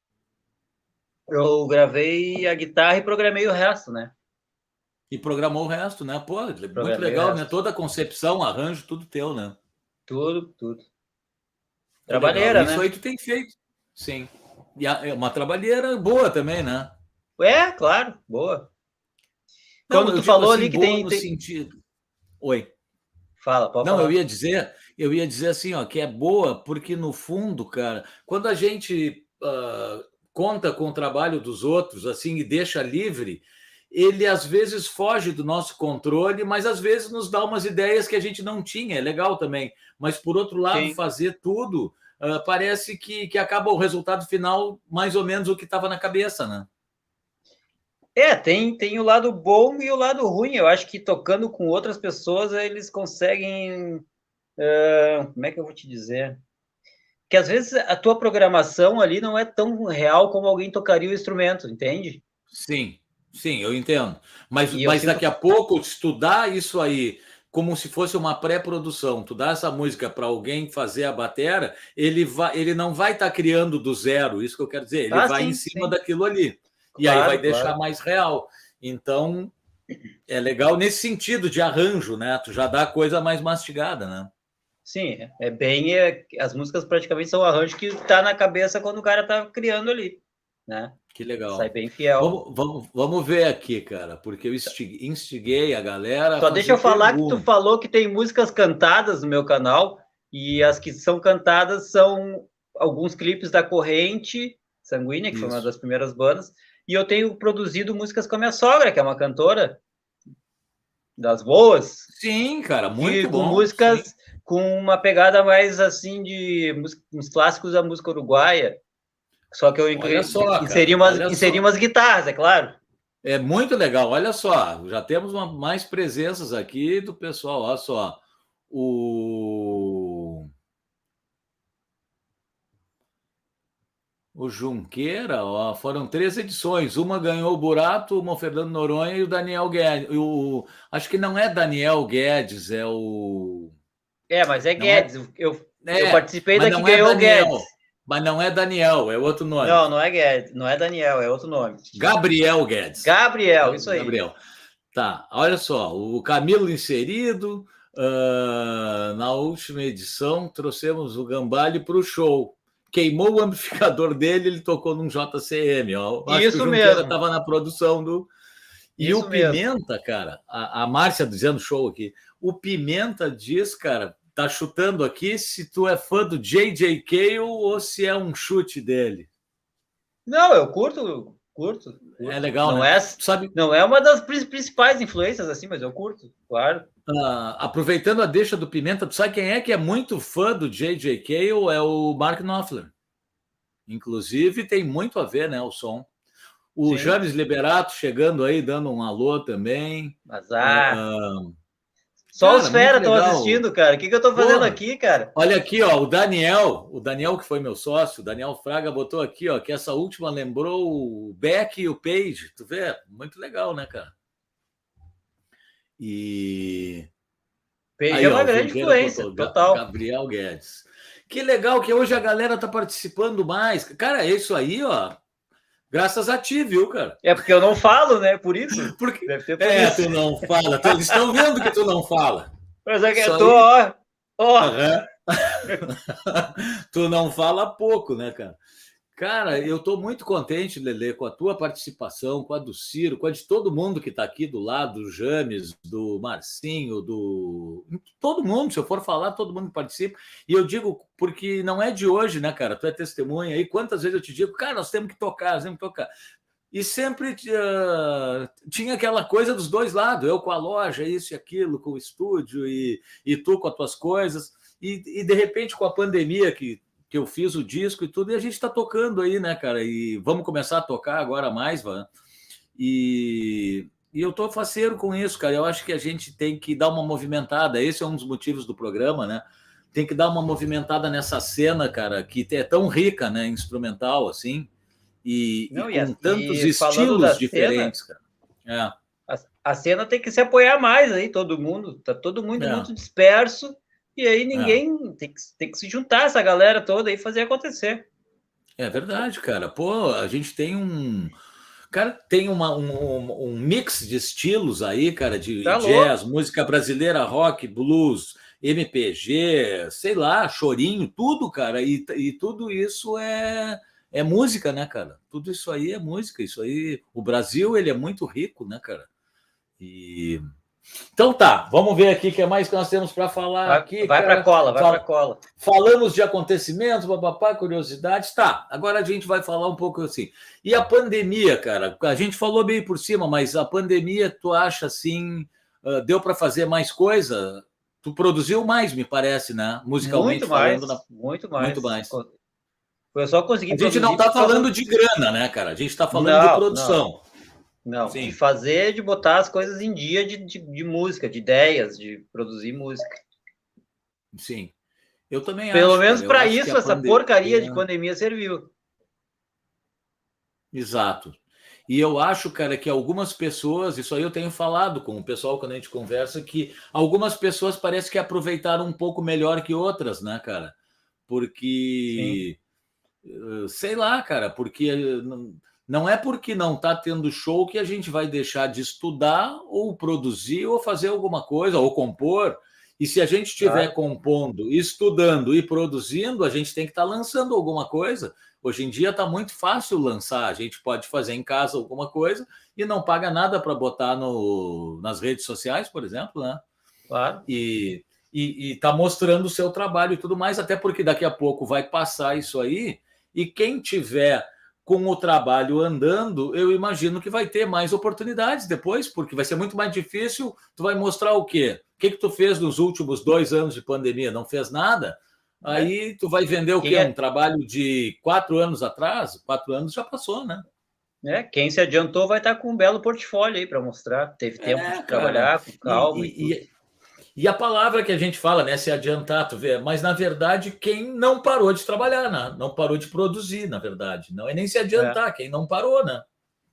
Eu gravei a guitarra e programei o resto, né? E programou o resto, né? Pô, muito Programei legal, né? Toda a concepção, arranjo, tudo teu, né? Tudo, tudo. Que Trabalheira, legal. Isso né? aí tu tem feito. Sim. E é uma trabalheira boa também, né? É, claro, boa. Não, Quando eu tu digo falou assim, ali que boa tem, no tem... sentido. Oi. Fala, pode Não, eu falar. ia dizer, eu ia dizer assim, ó, que é boa, porque no fundo, cara, quando a gente uh, conta com o trabalho dos outros, assim, e deixa livre, ele às vezes foge do nosso controle, mas às vezes nos dá umas ideias que a gente não tinha, é legal também. Mas por outro lado, Sim. fazer tudo uh, parece que, que acaba o resultado final mais ou menos o que estava na cabeça, né? É, tem, tem o lado bom e o lado ruim. Eu acho que tocando com outras pessoas, eles conseguem. Uh, como é que eu vou te dizer? Que às vezes a tua programação ali não é tão real como alguém tocaria o instrumento, entende? Sim, sim, eu entendo. Mas, E eu mas sinto. daqui a pouco, estudar isso aí como se fosse uma pré-produção, tu dá essa música para alguém fazer a batera, ele, vai, ele não vai estar tá criando do zero, isso que eu quero dizer, ele Ah, vai em sim, cima sim. daquilo ali. E aí vai Claro, deixar claro. mais real. Então, é legal nesse sentido de arranjo, né? Tu já dá a coisa mais mastigada, né? Sim, é bem. É, as músicas praticamente são arranjo que tá na cabeça quando o cara tá criando ali, né? Que Sai legal. bem fiel. Vamos, vamos, vamos ver aqui, cara, porque eu instiguei a galera a Só deixa eu fazer falar que tu perguntas. falou que tem músicas cantadas no meu canal, e as que são cantadas são alguns clipes da Corrente Sanguínea, que foi uma Isso. das primeiras bandas, e eu tenho produzido músicas com a minha sogra, que é uma cantora das boas, Sim, cara, que muito com bom. Sim. músicas com uma pegada mais assim de uns clássicos da música uruguaia, só que eu Olha só, inseri cara, umas, olha inseri só. umas guitarras, é claro. É muito legal. Olha só, já temos uma, mais presenças aqui do pessoal. Olha só. O, o Junqueira, ó, foram três edições. Uma ganhou o Burato, uma o Fernando Noronha e o Daniel Guedes. O, acho que não é Daniel Guedes, é o. É, mas é Não é, Guedes, eu, eu é, participei mas da que não é ganhou o Guedes. Daniel. Mas não é Daniel, é outro nome. Não, não é Guedes, não é Daniel, é outro nome. Gabriel Guedes. Gabriel, isso aí. Gabriel. Tá, olha só, o Camilo inserido, uh, na última edição trouxemos o Gambale para o show. Queimou o amplificador dele, ele tocou num J C M. Ó. Acho Isso que o Junqueira mesmo. estava na produção do. E Isso o mesmo. Pimenta, cara, a, a Márcia dizendo show aqui. O Pimenta diz, cara, tá chutando aqui se tu é fã do J J Cale ou se é um chute dele. Não, eu curto, curto, curto. É legal, não né? É, Sabe, não é uma das principais influências, assim, mas eu curto, claro. Uh, aproveitando a deixa do Pimenta, tu sabe quem é que é muito fã do J J Cale? É o Mark Knopfler. Inclusive, tem muito a ver, né, o som. O Sim. James Liberato chegando aí, dando um alô também. Mas, ah... Uh, Só cara, os fera estão legal. assistindo, cara. O que, que eu tô fazendo Porra, aqui, cara? olha aqui, ó, o Daniel, o Daniel que foi meu sócio, o Daniel Fraga botou aqui, ó, que essa última lembrou o Beck e o Page. Tu vê? Muito legal, né, cara? E... Page Aí, é uma ó, grande Junqueira influência, botou total. Gabriel Guedes. Que legal que hoje a galera tá participando mais. Cara, é isso aí, ó. Graças a ti, viu, cara? É porque eu não falo, né? Por isso. Porque... Deve ter por É, isso. tu não fala. Eles estão vendo que tu não fala. Mas é que Isso eu tô, aí... ó. ó. Uhum. Tu não fala pouco, né, cara? Cara, eu estou muito contente, Lelê, com a tua participação, com a do Ciro, com a de todo mundo que está aqui do lado, do James, do Marcinho, do. Todo mundo, se eu for falar, todo mundo participa. E eu digo, porque não é de hoje, né, cara? Tu é testemunha aí. Quantas vezes eu te digo, cara, nós temos que tocar, nós temos que tocar. E sempre uh, tinha aquela coisa dos dois lados, eu com a loja, isso e aquilo, com o estúdio, e, e tu com as tuas coisas. E, e de repente, com a pandemia que. que eu fiz o disco e tudo, e a gente está tocando aí, né, cara? E vamos começar a tocar agora mais, Van. E, e eu tô faceiro com isso, cara. Eu acho que a gente tem que dar uma movimentada. Esse é um dos motivos do programa, né? tem que dar uma movimentada nessa cena, cara, que é tão rica, né, instrumental, assim, e, Não, e e, com a, tantos e falando da estilos cena, diferentes, cara. É, a, a cena tem que se apoiar mais aí, todo mundo. Tá todo mundo é, muito disperso, e aí é. ninguém tem que, tem que se juntar, essa galera toda e fazer acontecer. É verdade, cara. Pô, a gente tem um. Cara, tem uma, um, um mix de estilos aí, cara, de Tá jazz, louco? música brasileira, rock, blues, M P G, sei lá, chorinho, tudo, cara. E, e tudo isso é, é música, né, cara? Tudo isso aí é música. Isso aí. O Brasil, ele é muito rico, né, cara? E. Então tá, vamos ver aqui o que é mais que nós temos para falar Vai, aqui, vai pra cara. cola, vai pra Fala- cola. Falamos de acontecimentos, papapá, curiosidades. Tá, agora a gente vai falar um pouco assim. E a pandemia, cara? A gente falou meio por cima, mas a pandemia, tu acha assim, ah, deu para fazer mais coisa? Tu produziu mais, me parece, né? Muito Musicalmente falando, na- mais, muito muito mais. mais. Eu só A consegui gente não produzir está por causa. falando de grana, né, cara? A gente está falando de Não, não, produção. não. De Sim, fazer, de botar as coisas em dia de, de, de música, de ideias, de produzir música. sim. Eu também Pelo acho, menos cara. Eu para acho que a isso, essa porcaria de pandemia. pandemia serviu. Exato. E eu acho, cara, que algumas pessoas, isso aí eu tenho falado com o pessoal quando a gente conversa, que algumas pessoas parece que aproveitaram um pouco melhor que outras, né, cara? Sim. Porque, eh, sei lá, cara, porque eh, não não é porque não tá tendo show que a gente vai deixar de estudar ou produzir ou fazer alguma coisa ou compor. E se a gente estiver Claro. compondo, estudando e produzindo, a gente tem que estar lançando alguma coisa. Hoje em dia está muito fácil lançar, a gente pode fazer em casa alguma coisa e não paga nada para botar no, nas redes sociais, por exemplo, né? Claro. E está mostrando o seu trabalho e tudo mais, até porque daqui a pouco vai passar isso aí, e quem tiver com o trabalho andando, eu imagino que vai ter mais oportunidades depois, porque vai ser muito mais difícil. Tu vai mostrar o quê? O que, que tu fez nos últimos dois anos de pandemia? Não fez nada? É. Aí tu vai vender o Quem, quê? Um é, trabalho de quatro anos atrás? Quatro anos já passou, né? é, quem se adiantou vai estar com um belo portfólio aí para mostrar. Teve tempo É, de cara. trabalhar com calma e E, tudo. e, E a palavra que a gente fala, né, se adiantar, tu vê, mas na verdade quem não parou de trabalhar, né? Não parou de produzir, na verdade. Não é nem se É. adiantar, quem não parou, né?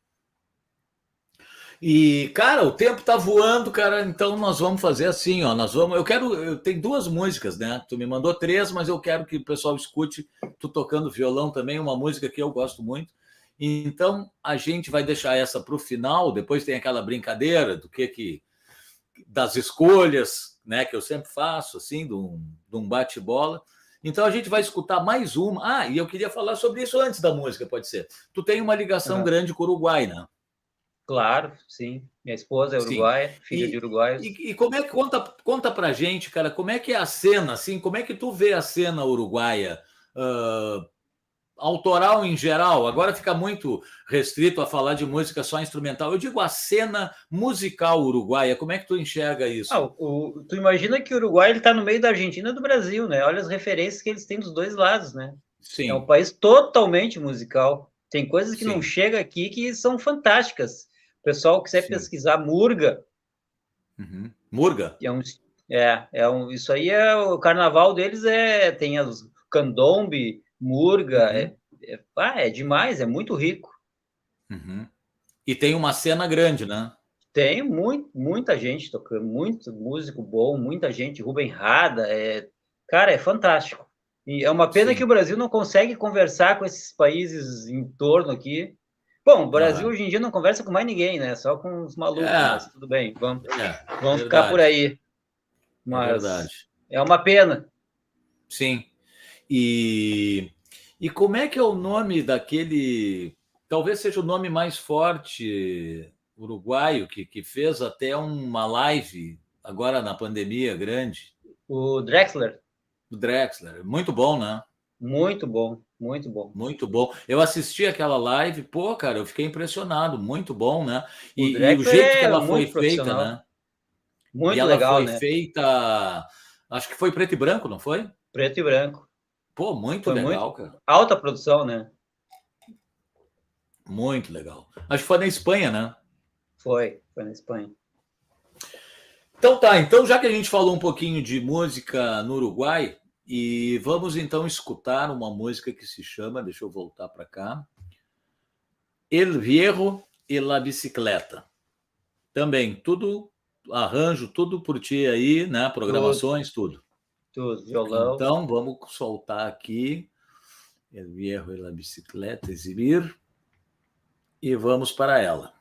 E, cara, o tempo tá voando, cara, então nós vamos fazer assim, ó, nós vamos, eu quero, eu tenho duas músicas, né? Tu me mandou três, mas eu quero que o pessoal escute tu tocando violão também, uma música que eu gosto muito. Então, a gente vai deixar essa para o final, depois tem aquela brincadeira do que que das escolhas, né, que eu sempre faço, assim, de um, de um bate-bola. Então a gente vai escutar mais uma. Ah, e eu queria falar sobre isso antes da música, pode ser. Tu tem uma ligação Uhum. grande com o Uruguai, né? Claro, sim. Minha esposa é Sim. uruguaia, filha de E, uruguaios. e, e como é que conta, conta pra gente, cara, como é que é a cena, assim, como é que tu vê a cena uruguaia? Uh, autoral em geral, agora fica muito restrito a falar de música só instrumental. Eu digo a cena musical uruguaia, como é que tu enxerga Ah, isso? o, o, tu imagina que o Uruguai está no meio da Argentina e do Brasil, né? Olha as referências que eles têm dos dois lados, né? É um Sim, país totalmente musical. Tem coisas que não sim, chega aqui que são fantásticas. O pessoal quiser sim. pesquisar Murga, Uhum. Murga? é um, é, é um, isso aí é o carnaval deles é tem as candombe, Murga, Uhum. é, é, ah, é demais, é muito rico. Uhum. E tem uma cena grande, né? Tem muito, muita gente tocando, muito músico bom, muita gente, Rubem Rada, é, cara, é fantástico. E é uma pena que Sim. o Brasil não consegue conversar com esses países em torno aqui. Bom, o Brasil Aham. hoje em dia não conversa com mais ninguém, né? Só com os malucos, mas É, tudo bem, vamos, é, vamos ficar por verdade. aí. É Mas verdade. é uma pena. Sim. E, e como é que é o nome daquele. Talvez seja o nome mais forte uruguaio que, que fez até uma live agora na pandemia grande, O Drexler, do Drexler. Muito bom, né? muito bom, muito bom. Muito bom. Eu assisti aquela live, pô, cara, eu fiquei impressionado. Muito bom, né? O E, e o Drexler jeito que é ela foi muito feita, profissional, né? E muito ela legal, foi né? feita, acho que foi preto e branco, não foi? Preto e branco. Pô, muito Foi muito legal, cara. alta produção, né? Muito legal. Acho que foi na Espanha, né? Foi, foi na Espanha. Então tá, então já que a gente falou um pouquinho de música no Uruguai, E vamos então escutar uma música que se chama, deixa eu voltar para cá, El Viejo e la Bicicleta. Também, tudo, arranjo, tudo por ti aí, né? Programações, tudo. Tudo, violão. Então, vamos soltar aqui El Viejo e la Bicicleta, exibir, e vamos para ela.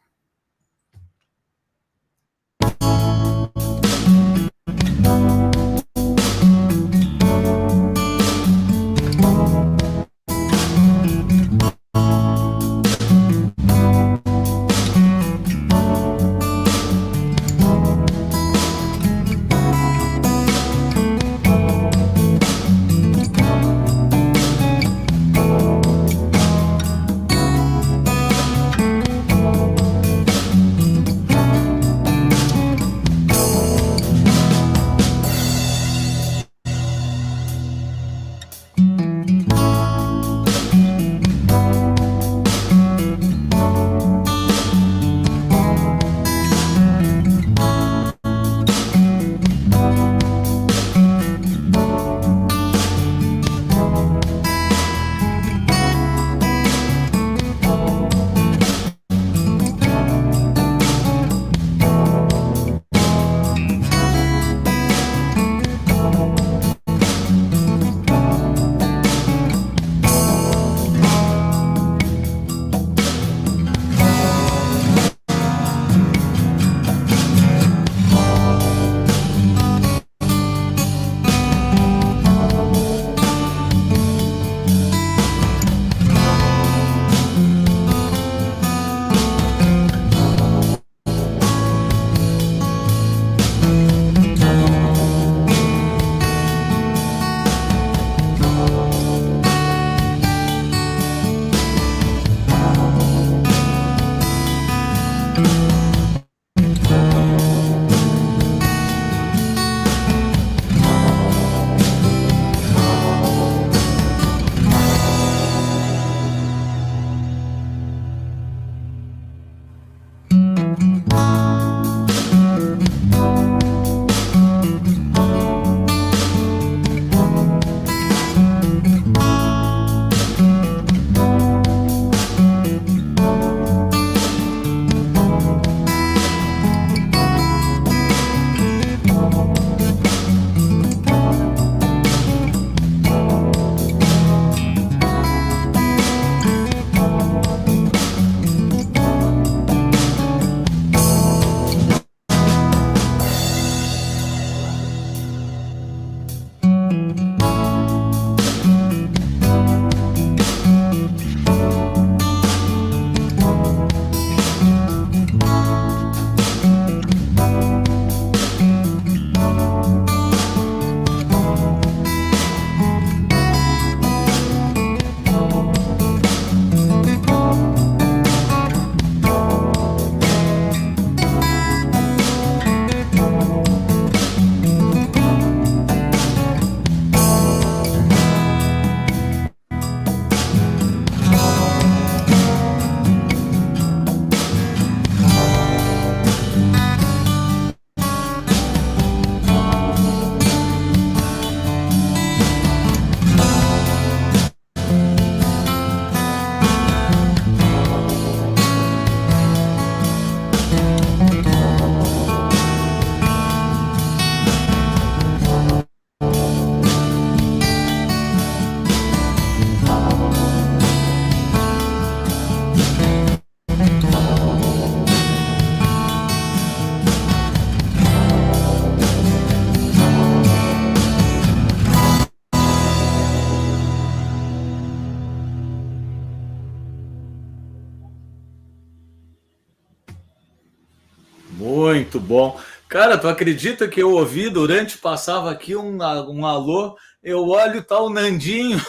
Muito bom. Cara, tu acredita que eu ouvi durante, passava aqui um, um alô, eu olho, tá o Nandinho,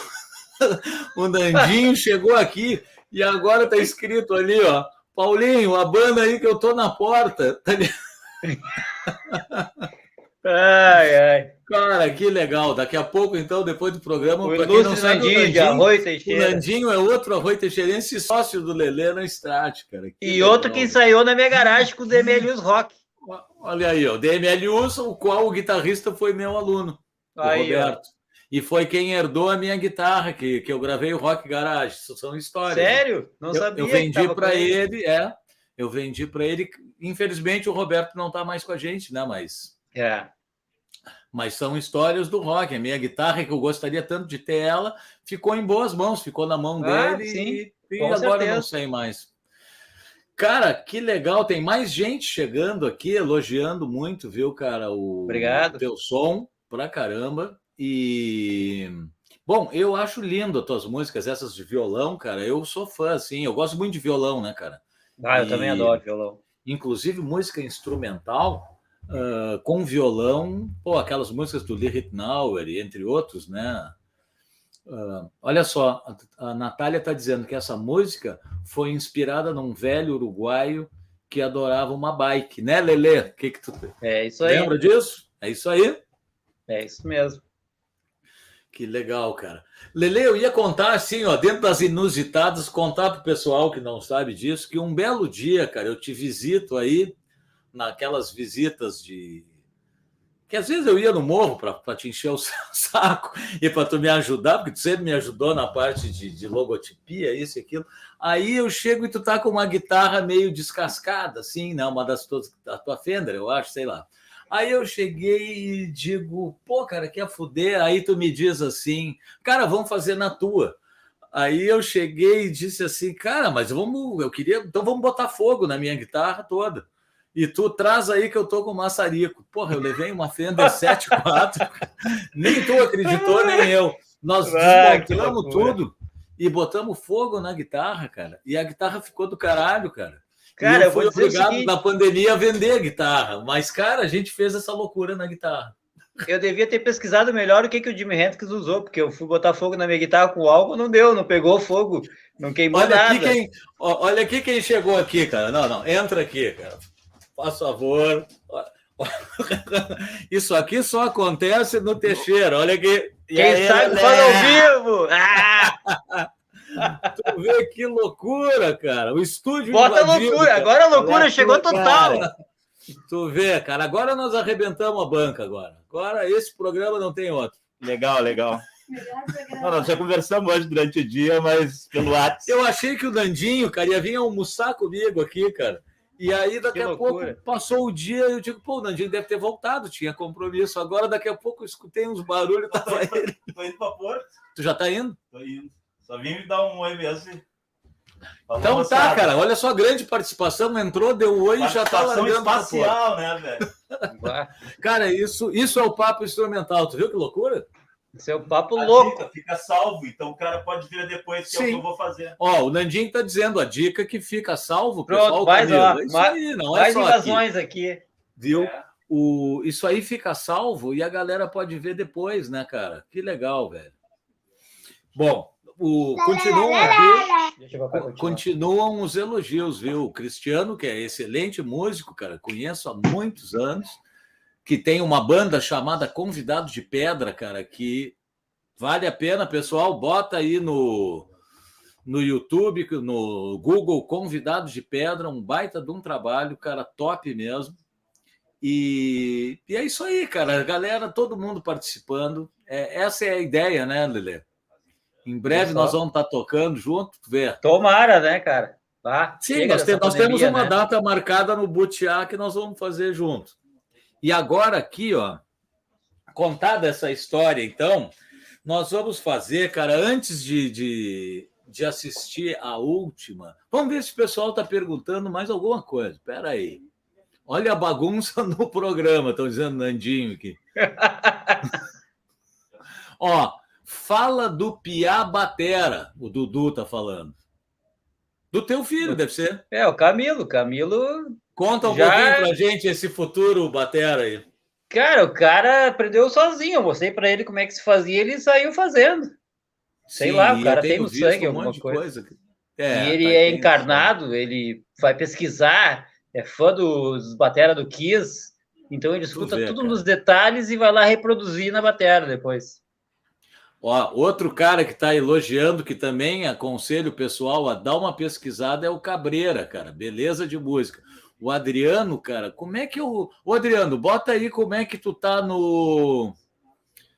o Nandinho chegou aqui e agora tá escrito ali, ó, Paulinho, a banda aí que eu tô na porta. Ai, ai. Cara, que legal. Daqui a pouco, então, depois do programa, o ilustre Nandinho, Nandinho de Arroio Teixeira. O Nandinho é outro Arroio Teixeirense, sócio do Lelê na Strat, cara. Que e legal. Outro que ensaiou na minha garagem com o Demelius Rock. Olha aí, ó, o Demelius, o qual o guitarrista foi meu aluno, o aí, Roberto. Ó. E foi quem herdou a minha guitarra, que, que eu gravei o Rock Garage. Isso são histórias. Sério? Não eu, sabia. Eu vendi para ele, é. Eu vendi para ele. Infelizmente, o Roberto não está mais com a gente, né? Mas. É. Mas são histórias do rock. A minha guitarra, que eu gostaria tanto de ter ela, ficou em boas mãos, ficou na mão Ah, dele sim, e, e com agora certeza. não sei mais. Cara, que legal, tem mais gente chegando aqui, elogiando muito, viu, cara, o Obrigado. teu som pra caramba. E bom, eu acho lindo as tuas músicas, essas de violão, cara. Eu sou fã, assim, eu gosto muito de violão, né, cara? Ah, eu e, também adoro violão. Inclusive música instrumental uh, com violão, pô, aquelas músicas do Lee Ritenour, entre outros, né? Uh, olha só, a, a Natália está dizendo que essa música foi inspirada num velho uruguaio que adorava uma bike, né, Lelê? Que que tu é isso aí. Lembra disso? É isso aí? É isso mesmo. Que legal, cara. Lelê, eu ia contar assim, ó, dentro das inusitadas, contar para o pessoal que não sabe disso, que um belo dia, cara, eu te visito aí, naquelas visitas de... que às vezes eu ia no morro para te encher o saco e para tu me ajudar, porque tu sempre me ajudou na parte de, de logotipia, isso e aquilo. Aí eu chego e tu tá com uma guitarra meio descascada, assim, né? Uma das tuas, da tua Fender, eu acho, sei lá. Aí eu cheguei e digo, pô, cara, quer fuder? Aí tu me diz assim, cara, vamos fazer na tua. Aí eu cheguei e disse assim, cara, mas vamos, eu queria, então vamos botar fogo na minha guitarra toda. E tu traz aí que eu tô com maçarico. Porra, eu levei uma Fender sete quatro, nem tu acreditou, nem eu. Nós ah, desmontamos tudo e botamos fogo na guitarra, cara. E a guitarra ficou do caralho, cara. Cara, e eu fui eu obrigado seguinte... na pandemia a vender a guitarra. Mas, cara, a gente fez essa loucura na guitarra. Eu devia ter pesquisado melhor o que, que o Jimi Hendrix usou, porque eu fui botar fogo na minha guitarra com álcool, não deu, não pegou fogo, não queimou olha nada. Aqui quem, olha aqui quem chegou aqui, cara. Não, não, entra aqui, cara. Faz favor. Isso aqui só acontece no Teixeira. Olha aqui. Quem aí, sabe faz ao vivo. Ah! Tu vê que loucura, cara. O estúdio bota invadido, loucura. Cara. Agora a loucura olha chegou tua, total. Cara. Tu vê, cara. Agora nós arrebentamos a banca agora. Agora esse programa não tem outro. Legal, legal. Não, nós já conversamos hoje durante o dia, mas pelo WhatsApp. Eu achei que o Nandinho, cara, ia vir almoçar comigo aqui, cara. E aí, daqui que a loucura. pouco, passou o dia, eu digo, pô, o Nandinho deve ter voltado, tinha compromisso. Agora, daqui a pouco, eu escutei uns barulhos, tava tô ele. Tô indo pra Porto. Tu já tá indo? Tô indo. Só vim me dar um oi mesmo. Então moçada. Tá, cara, olha só, grande participação, entrou, deu oi e já tá largando espacial, né, velho? Cara, isso, isso é o papo instrumental, tu viu que loucura? Isso é o papo a louco. Dica fica salvo, então o cara pode vir depois, que Sim. é o que eu vou fazer. Ó, o Nandinho tá dizendo a dica que fica salvo, Pronto, pessoal. mais, ó, é isso mais, aí, não mais é só invasões aqui. aqui. Viu? É. O, isso aí fica salvo e a galera pode ver depois, né, cara? Que legal, velho. Bom, o, continuam aqui, continuam os elogios, viu? O Cristiano, que é excelente músico, cara, conheço há muitos anos, que tem uma banda chamada Convidado de Pedra, cara, que vale a pena, pessoal, bota aí no, no YouTube, no Google, Convidados de Pedra, um baita de um trabalho, cara, top mesmo. E, e é isso aí, cara, a galera, todo mundo participando. É, essa é a ideia, né, Lelê? Em breve nós vamos estar tocando junto, ver. Tomara, né, cara? Tá, Sim, nós, tem, nós pandemia, temos uma né? data marcada no Butiá que nós vamos fazer junto. E agora aqui, ó, contada essa história, então, nós vamos fazer, cara, antes de, de, de assistir a última, vamos ver se o pessoal está perguntando mais alguma coisa. Espera aí. Olha a bagunça no programa, estão dizendo Nandinho aqui. Ó, fala do Piá Batera, o Dudu tá falando. Do teu filho, deve ser. É, o Camilo. Camilo. Conta um já... pouquinho pra gente esse futuro Batera aí. Cara, o cara aprendeu sozinho. Eu mostrei pra ele como é que se fazia, ele saiu fazendo. Sei Sim, lá, o cara tem no sangue um alguma coisa. coisa. É, e ele tá, é encarnado, ele vai pesquisar, é fã dos batera do Kiss, então ele escuta vê, tudo cara. nos detalhes e vai lá reproduzir na batera depois. Ó, outro cara que está elogiando, que também aconselho o pessoal a dar uma pesquisada, é o Cabreira, cara. Beleza de música. O Adriano, cara, como é que eu... Ô, Adriano, bota aí como é que tu tá no...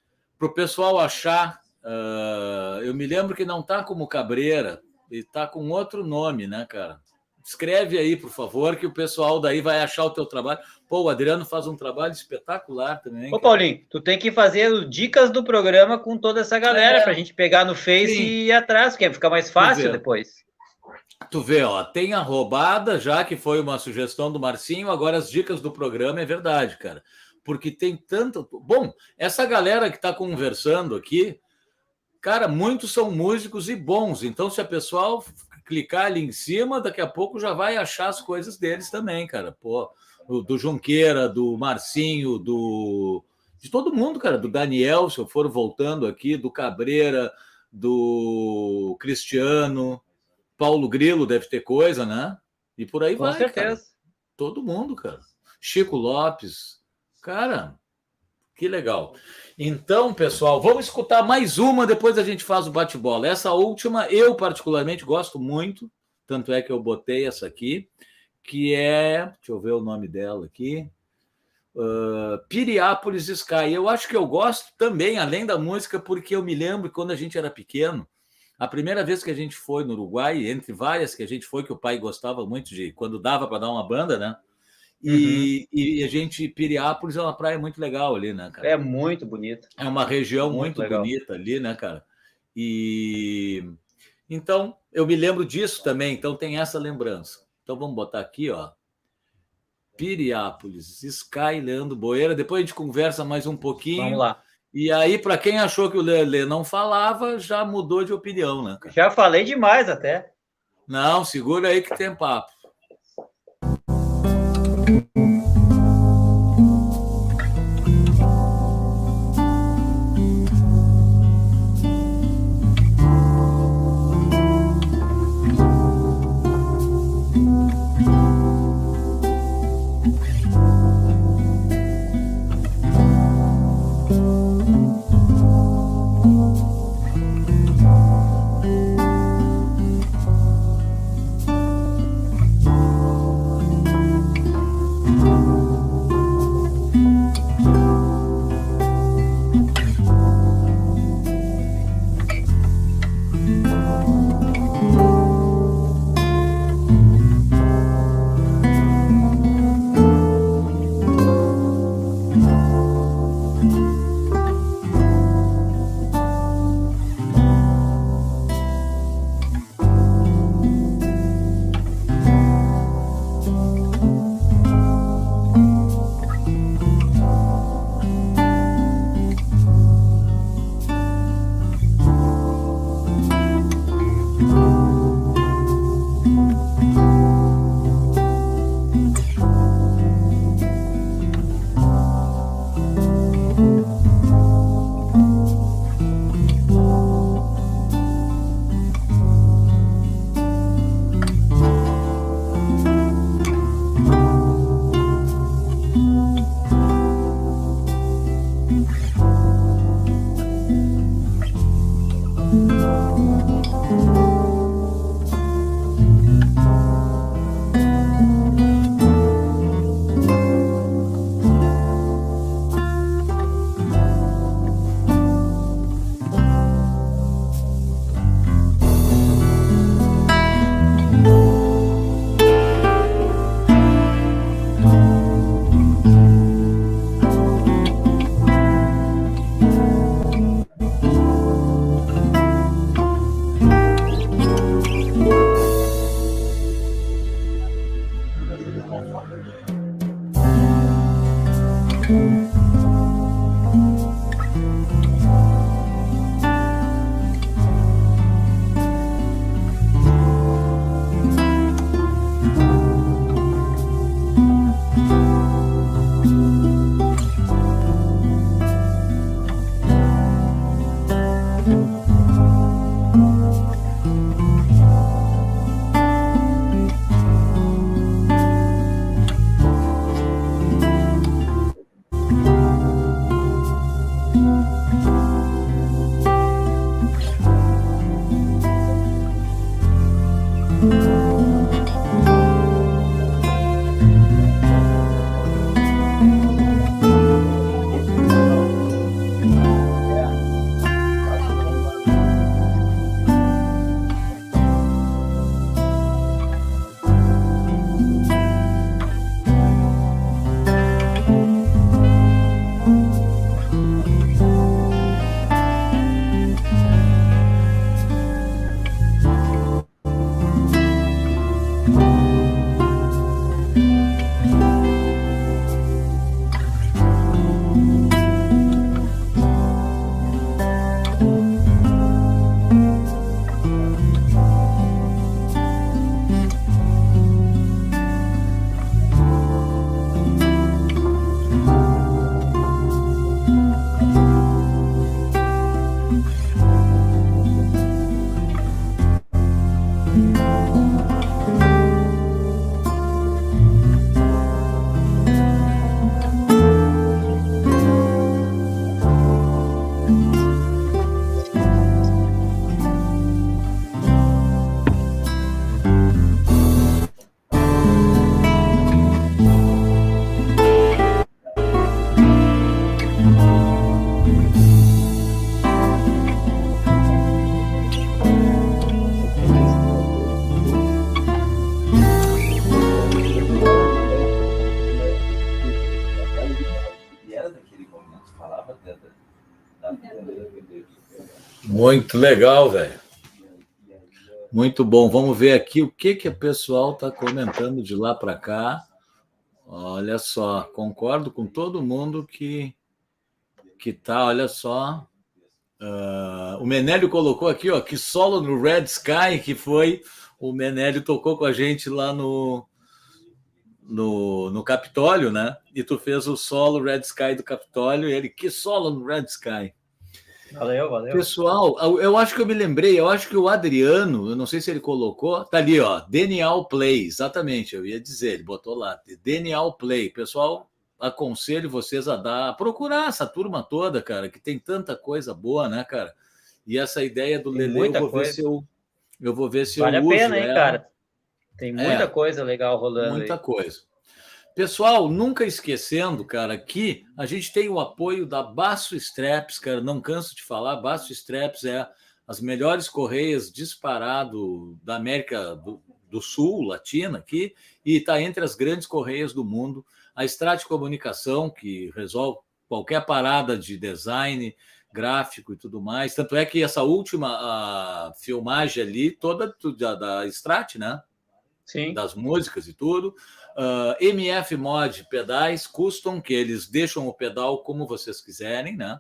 para o pessoal achar, uh, eu me lembro que não está como Cabreira, e está com outro nome, né, cara? Escreve aí, por favor, que o pessoal daí vai achar o teu trabalho. Pô, o Adriano faz um trabalho espetacular também. Ô, cara. Paulinho, tu tem que fazer dicas do programa com toda essa galera, é. Pra gente pegar no Face Sim. e ir atrás, que fica mais fácil tu depois. Tu vê, ó, tem a roubada, já que foi uma sugestão do Marcinho, agora as dicas do programa é verdade, cara. Porque tem tanto... Bom, essa galera que está conversando aqui, cara, muitos são músicos e bons, então se a pessoa clicar ali em cima, daqui a pouco já vai achar as coisas deles também, cara. Pô, do Junqueira, do Marcinho, do... de todo mundo, cara, do Daniel, se eu for voltando aqui, do Cabreira, do Cristiano, Paulo Grilo deve ter coisa, né? E por aí Com vai, certeza. Cara. Todo mundo, cara. Chico Lopes, cara, que legal. Então, pessoal, vamos escutar mais uma, depois a gente faz o bate-bola. Essa última, eu particularmente gosto muito, tanto é que eu botei essa aqui, que é, deixa eu ver o nome dela aqui, uh, Piriápolis Sky. Eu acho que eu gosto também, além da música, porque eu me lembro quando a gente era pequeno, a primeira vez que a gente foi no Uruguai, entre várias que a gente foi, que o pai gostava muito de, quando dava para dar uma banda, né? E, uhum. e a gente, Piriápolis é uma praia muito legal ali, né, cara? É muito bonita. É uma região muito, muito bonita ali, né, cara? E então eu me lembro disso também, então tem essa lembrança. Então vamos botar aqui, ó. Piriápolis, Sky, Leandro Boeira. Depois a gente conversa mais um pouquinho. Vamos lá. E aí, para quem achou que o Lelê não falava, já mudou de opinião, né, cara? Já falei demais até. Não, segura aí que tem papo. Muito legal, velho. Muito bom. Vamos ver aqui o que, que o pessoal está comentando de lá para cá. Olha só, concordo com todo mundo que que tá, olha só. Uh, o Menélio colocou aqui, ó, que solo no Red Sky, que foi o Menélio tocou com a gente lá no, no, no Capitólio, né? E tu fez o solo Red Sky do Capitólio, e ele, que solo no Red Sky. Valeu, valeu. Pessoal, eu acho que eu me lembrei, eu acho que o Adriano, eu não sei se ele colocou, tá ali, ó, Denial Play, exatamente, eu ia dizer, ele botou lá, Denial Play. Pessoal, aconselho vocês a dar, a procurar essa turma toda, cara, que tem tanta coisa boa, né, cara? E essa ideia do Lelê, eu vou coisa. ver se eu, eu vou ver se vale eu uso. Vale a pena, hein, ela. cara? Tem muita é, coisa legal rolando Muita aí. coisa. Pessoal, nunca esquecendo, cara, que a gente tem o apoio da Basso Straps, cara, não canso de falar, Basso Straps é as melhores correias disparado da América do, do Sul, Latina aqui, e está entre as grandes correias do mundo. A Strat Comunicação, que resolve qualquer parada de design, gráfico e tudo mais. Tanto é que essa última a filmagem ali, toda da, da Strat, né? Sim. Das músicas e tudo. Uh, M F Mod Pedais Custom, que eles deixam o pedal como vocês quiserem, né?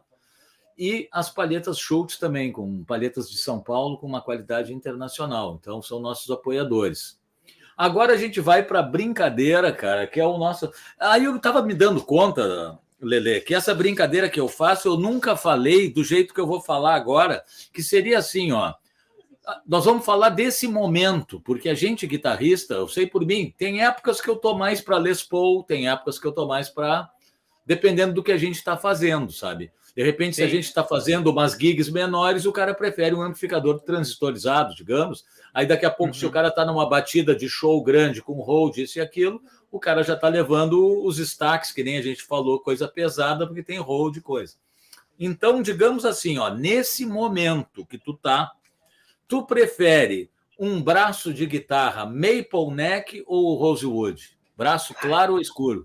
E as palhetas Schultz também, com palhetas de São Paulo com uma qualidade internacional. Então, são nossos apoiadores. Agora a gente vai para a brincadeira, cara, que é o nosso... Aí eu estava me dando conta, Lelê, que essa brincadeira que eu faço, eu nunca falei do jeito que eu vou falar agora, que seria assim, ó. Nós vamos falar desse momento, porque a gente, guitarrista, eu sei por mim, tem épocas que eu estou mais para Les Paul, tem épocas que eu estou mais para... Dependendo do que a gente está fazendo, sabe? De repente, Sim. se a gente está fazendo umas gigs menores, o cara prefere um amplificador transistorizado, digamos. Aí, daqui a pouco, uhum. se o cara está numa batida de show grande, com hold, isso e aquilo, o cara já está levando os stacks, que nem a gente falou, coisa pesada, porque tem hold e coisa. Então, digamos assim, ó, nesse momento que tu tá, tu prefere um braço de guitarra maple neck ou rosewood? Braço claro ou escuro?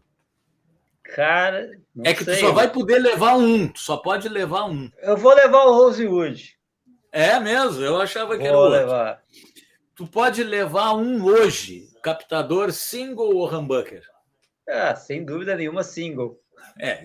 Cara, não é que sei, tu só vai poder levar um, tu só pode levar um. Eu vou levar o rosewood. É mesmo? Eu achava que vou era o outro. levar. Tu pode levar um hoje, captador single ou humbucker? Ah, sem dúvida nenhuma, single. É.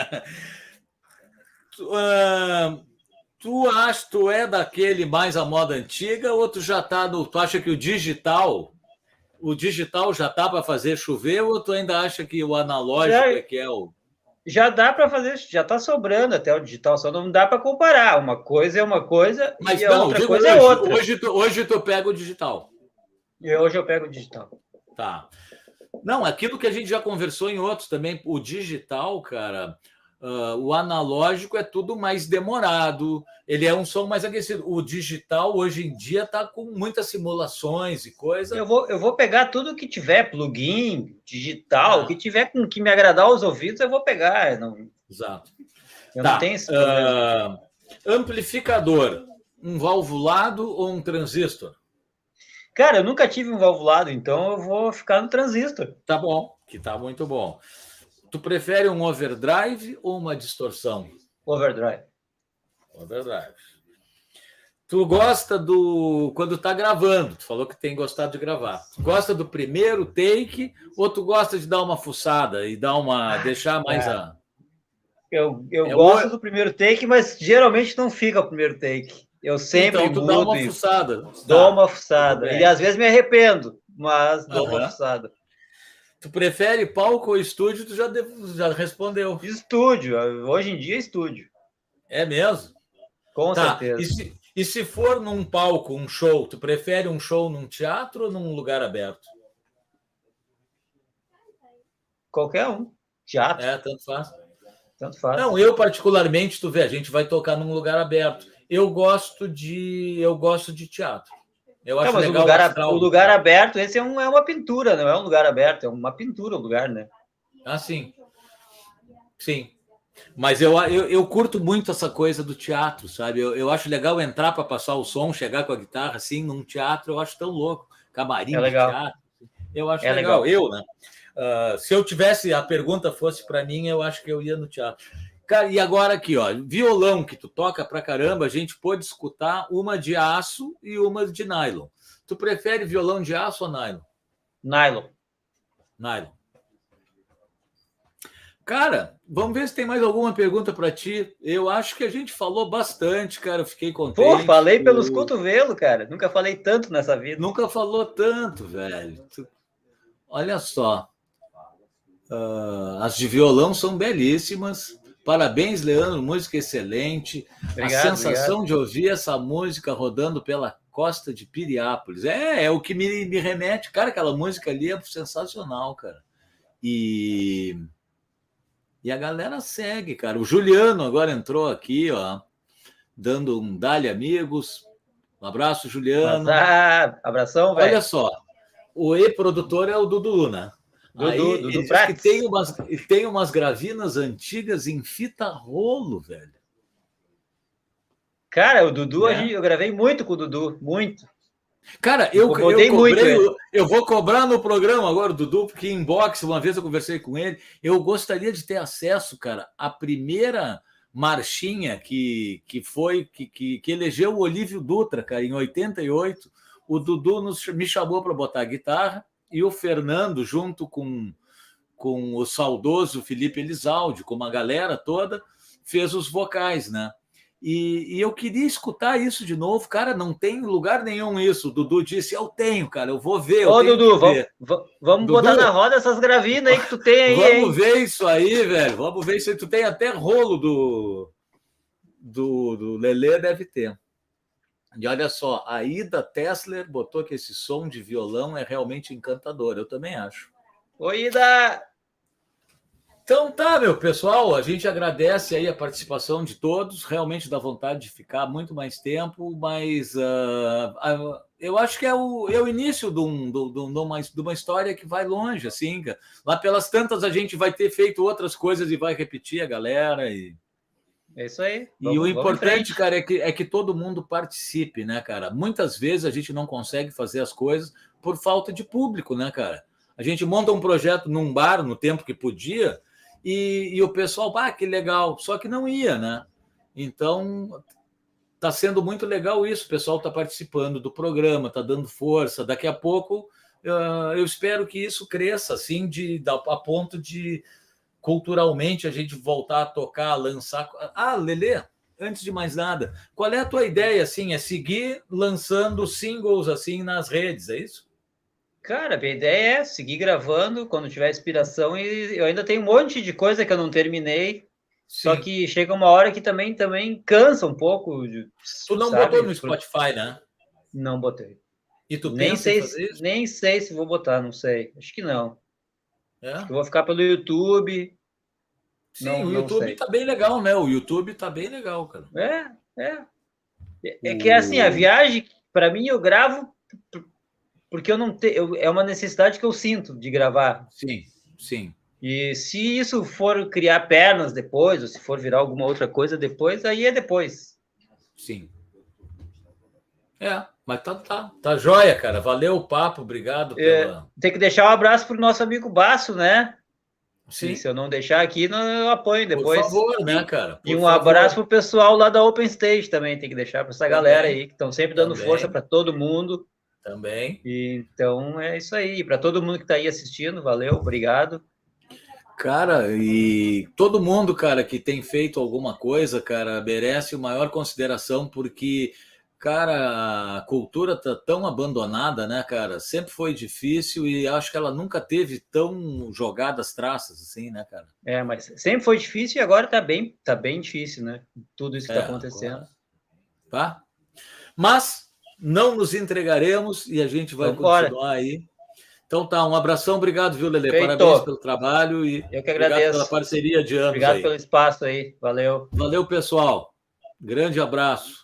tu, uh... Tu acha tu é daquele mais a moda antiga ou tu já tá no. Tu acha que o digital, o digital já tá para fazer chover ou tu ainda acha que o analógico já, é que é o. Já dá para fazer, já tá sobrando até o digital, só não dá para comparar. Uma coisa é uma coisa Mas e não, a outra digo coisa hoje, é outra. Hoje tu, hoje tu pega o digital. E hoje eu pego o digital. Tá. Não, aquilo que a gente já conversou em outros também, o digital, cara. Uh, o analógico é tudo mais demorado, ele é um som mais aquecido. O digital, hoje em dia, está com muitas simulações e coisa. Eu vou, eu vou pegar tudo que tiver, plugin, digital, o ah. que tiver com que me agradar aos ouvidos, eu vou pegar. Não... Exato. Eu tá. não tenho esse problema. Uh, amplificador, um valvulado ou um transistor? Cara, eu nunca tive um valvulado, então eu vou ficar no transistor. Tá bom, que tá muito bom. Tu prefere um overdrive ou uma distorção? Overdrive. Overdrive. Tu gosta do... Quando tá gravando, tu falou que tem gostado de gravar. Tu gosta do primeiro take ou tu gosta de dar uma fuçada e dar uma... deixar mais é. a... Eu, eu é gosto o... do primeiro take, mas geralmente não fica o primeiro take. Eu sempre então, tu mudo dá uma fuçada. Dou tá. uma fuçada. E às vezes me arrependo, mas dou uhum. uma fuçada. Tu prefere palco ou estúdio? Tu já, já respondeu. Estúdio. Hoje em dia, estúdio. É mesmo? Com tá. certeza. E se, e se for num palco, um show, tu prefere um show num teatro ou num lugar aberto? Qualquer um. Teatro. É, tanto faz. Tanto faz. Não, eu particularmente, tu vê, a gente vai tocar num lugar aberto. Eu gosto de, eu gosto de teatro. Eu acho não, mas legal o lugar, astral, o lugar aberto, esse é, um, é uma pintura, não é um lugar aberto, é uma pintura o lugar, né? Ah, sim. Sim. Mas eu, eu, eu curto muito essa coisa do teatro, sabe? Eu, eu acho legal entrar para passar o som, chegar com a guitarra assim, num teatro, eu acho tão louco. Camarim é legal. de teatro. Eu acho é legal. legal. Eu, né? Uh, se eu tivesse, a pergunta fosse para mim, eu acho que eu ia no teatro. Cara, e agora aqui, ó, violão que tu toca pra caramba, a gente pôde escutar uma de aço e uma de nylon. Tu prefere violão de aço ou nylon? Nylon. Nylon. Cara, vamos ver se tem mais alguma pergunta para ti. Eu acho que a gente falou bastante, cara. Eu fiquei contente. Pô, falei pelos cotovelos, cara. Nunca falei tanto nessa vida. Nunca falou tanto, velho. Olha só. Uh, as de violão são belíssimas. Parabéns, Leandro. Música excelente. Obrigado, a sensação obrigado. de ouvir essa música rodando pela costa de Piriápolis. É, é o que me, me remete. Cara, aquela música ali é sensacional, cara. E... E a galera segue, cara. O Juliano agora entrou aqui, ó, dando um dale amigos. Um abraço, Juliano. Ah, abração, velho. Olha só, o e-produtor é o Dudu, né? Dudu, Aí, Dudu ele diz Prats. que tem umas, tem umas gravinas antigas em fita rolo, velho. Cara, o Dudu, É. a gente, eu gravei muito com o Dudu, muito. Cara, eu, eu, Incomodei cobrei, muito, eu vou cobrar no programa agora o Dudu, porque em boxe, uma vez eu conversei com ele, eu gostaria de ter acesso, cara, à primeira marchinha que, que foi, que, que, que elegeu o Olívio Dutra, cara, em oitenta e oito. O Dudu nos, me chamou para botar a guitarra e o Fernando, junto com, com o saudoso Felipe Elizalde, com uma galera toda, fez os vocais, né? E, e eu queria escutar isso de novo. Cara, não tem lugar nenhum isso. O Dudu disse, eu tenho, cara, eu vou ver. Eu Ô, tenho Dudu, que vamos, ver. vamos Dudu, botar na roda essas gravinas aí que tu tem aí, Vamos hein? ver isso aí, velho. Vamos ver isso aí. Tu tem até rolo do, do, do Lelê, deve ter. E olha só, a Ida Tessler botou que esse som de violão é realmente encantador. Eu também acho. Oi, Ida! Então tá, meu pessoal, a gente agradece aí a participação de todos, realmente dá vontade de ficar muito mais tempo, mas uh, uh, eu acho que é o, é o início de, um, de, de, uma, de uma história que vai longe, assim, cara. Lá pelas tantas a gente vai ter feito outras coisas e vai repetir a galera. E, é isso aí. Vamos, e o importante, cara, é que, é que todo mundo participe, né, cara? Muitas vezes a gente não consegue fazer as coisas por falta de público, né, cara? A gente monta um projeto num bar no tempo que podia, E, e o pessoal, ah, que legal, só que não ia, né? Então, está sendo muito legal isso, o pessoal está participando do programa, está dando força. Daqui a pouco, uh, eu espero que isso cresça, assim, de, a ponto de, culturalmente, a gente voltar a tocar, a lançar... Ah, Lelê, antes de mais nada, qual é a tua ideia, assim? É seguir lançando singles, assim, nas redes, é isso? Cara, a ideia é seguir gravando quando tiver inspiração, e eu ainda tenho um monte de coisa que eu não terminei. Sim. Só que chega uma hora que também, também cansa um pouco. Tu não sabe? Botou no Spotify, né? Não botei. E tu nem pensa sei, em fazer isso? Nem sei se vou botar, não sei. Acho que não. É? Acho que eu vou ficar pelo YouTube. Sim, não, o YouTube não tá bem legal, né? O YouTube tá bem legal, cara. É, é. É que assim, a viagem, para mim, eu gravo... porque eu não tenho, é uma necessidade que eu sinto de gravar. Sim, sim. E se isso for criar pernas depois, ou se for virar alguma outra coisa depois, aí é depois. Sim. É, mas tá, tá, tá joia, cara. Valeu o papo, obrigado pela... É, tem que deixar um abraço pro nosso amigo Basso, né? Sim. E se eu não deixar aqui, não, eu apoio depois. Por favor, né, cara? Por e um favor. abraço pro pessoal lá da Open Stage também, tem que deixar para essa também, galera aí, que estão sempre dando também. força para todo mundo. Também. E, então é isso aí. Para todo mundo que está aí assistindo, valeu, obrigado. Cara, e todo mundo, cara, que tem feito alguma coisa, cara, merece maior consideração, porque, cara, a cultura tá tão abandonada, né, cara? Sempre foi difícil e acho que ela nunca teve tão jogadas traças assim, né, cara? É, mas sempre foi difícil e agora tá bem, tá bem difícil, né? Tudo isso que é, tá acontecendo. Agora... Tá? Mas não nos entregaremos e a gente vai Vambora. continuar aí. Então tá, um abração, obrigado, viu, Lelê? Feito. Parabéns pelo trabalho e eu que agradeço obrigado pela parceria de anos. Obrigado aí. pelo espaço aí, valeu. Valeu, pessoal. Grande abraço.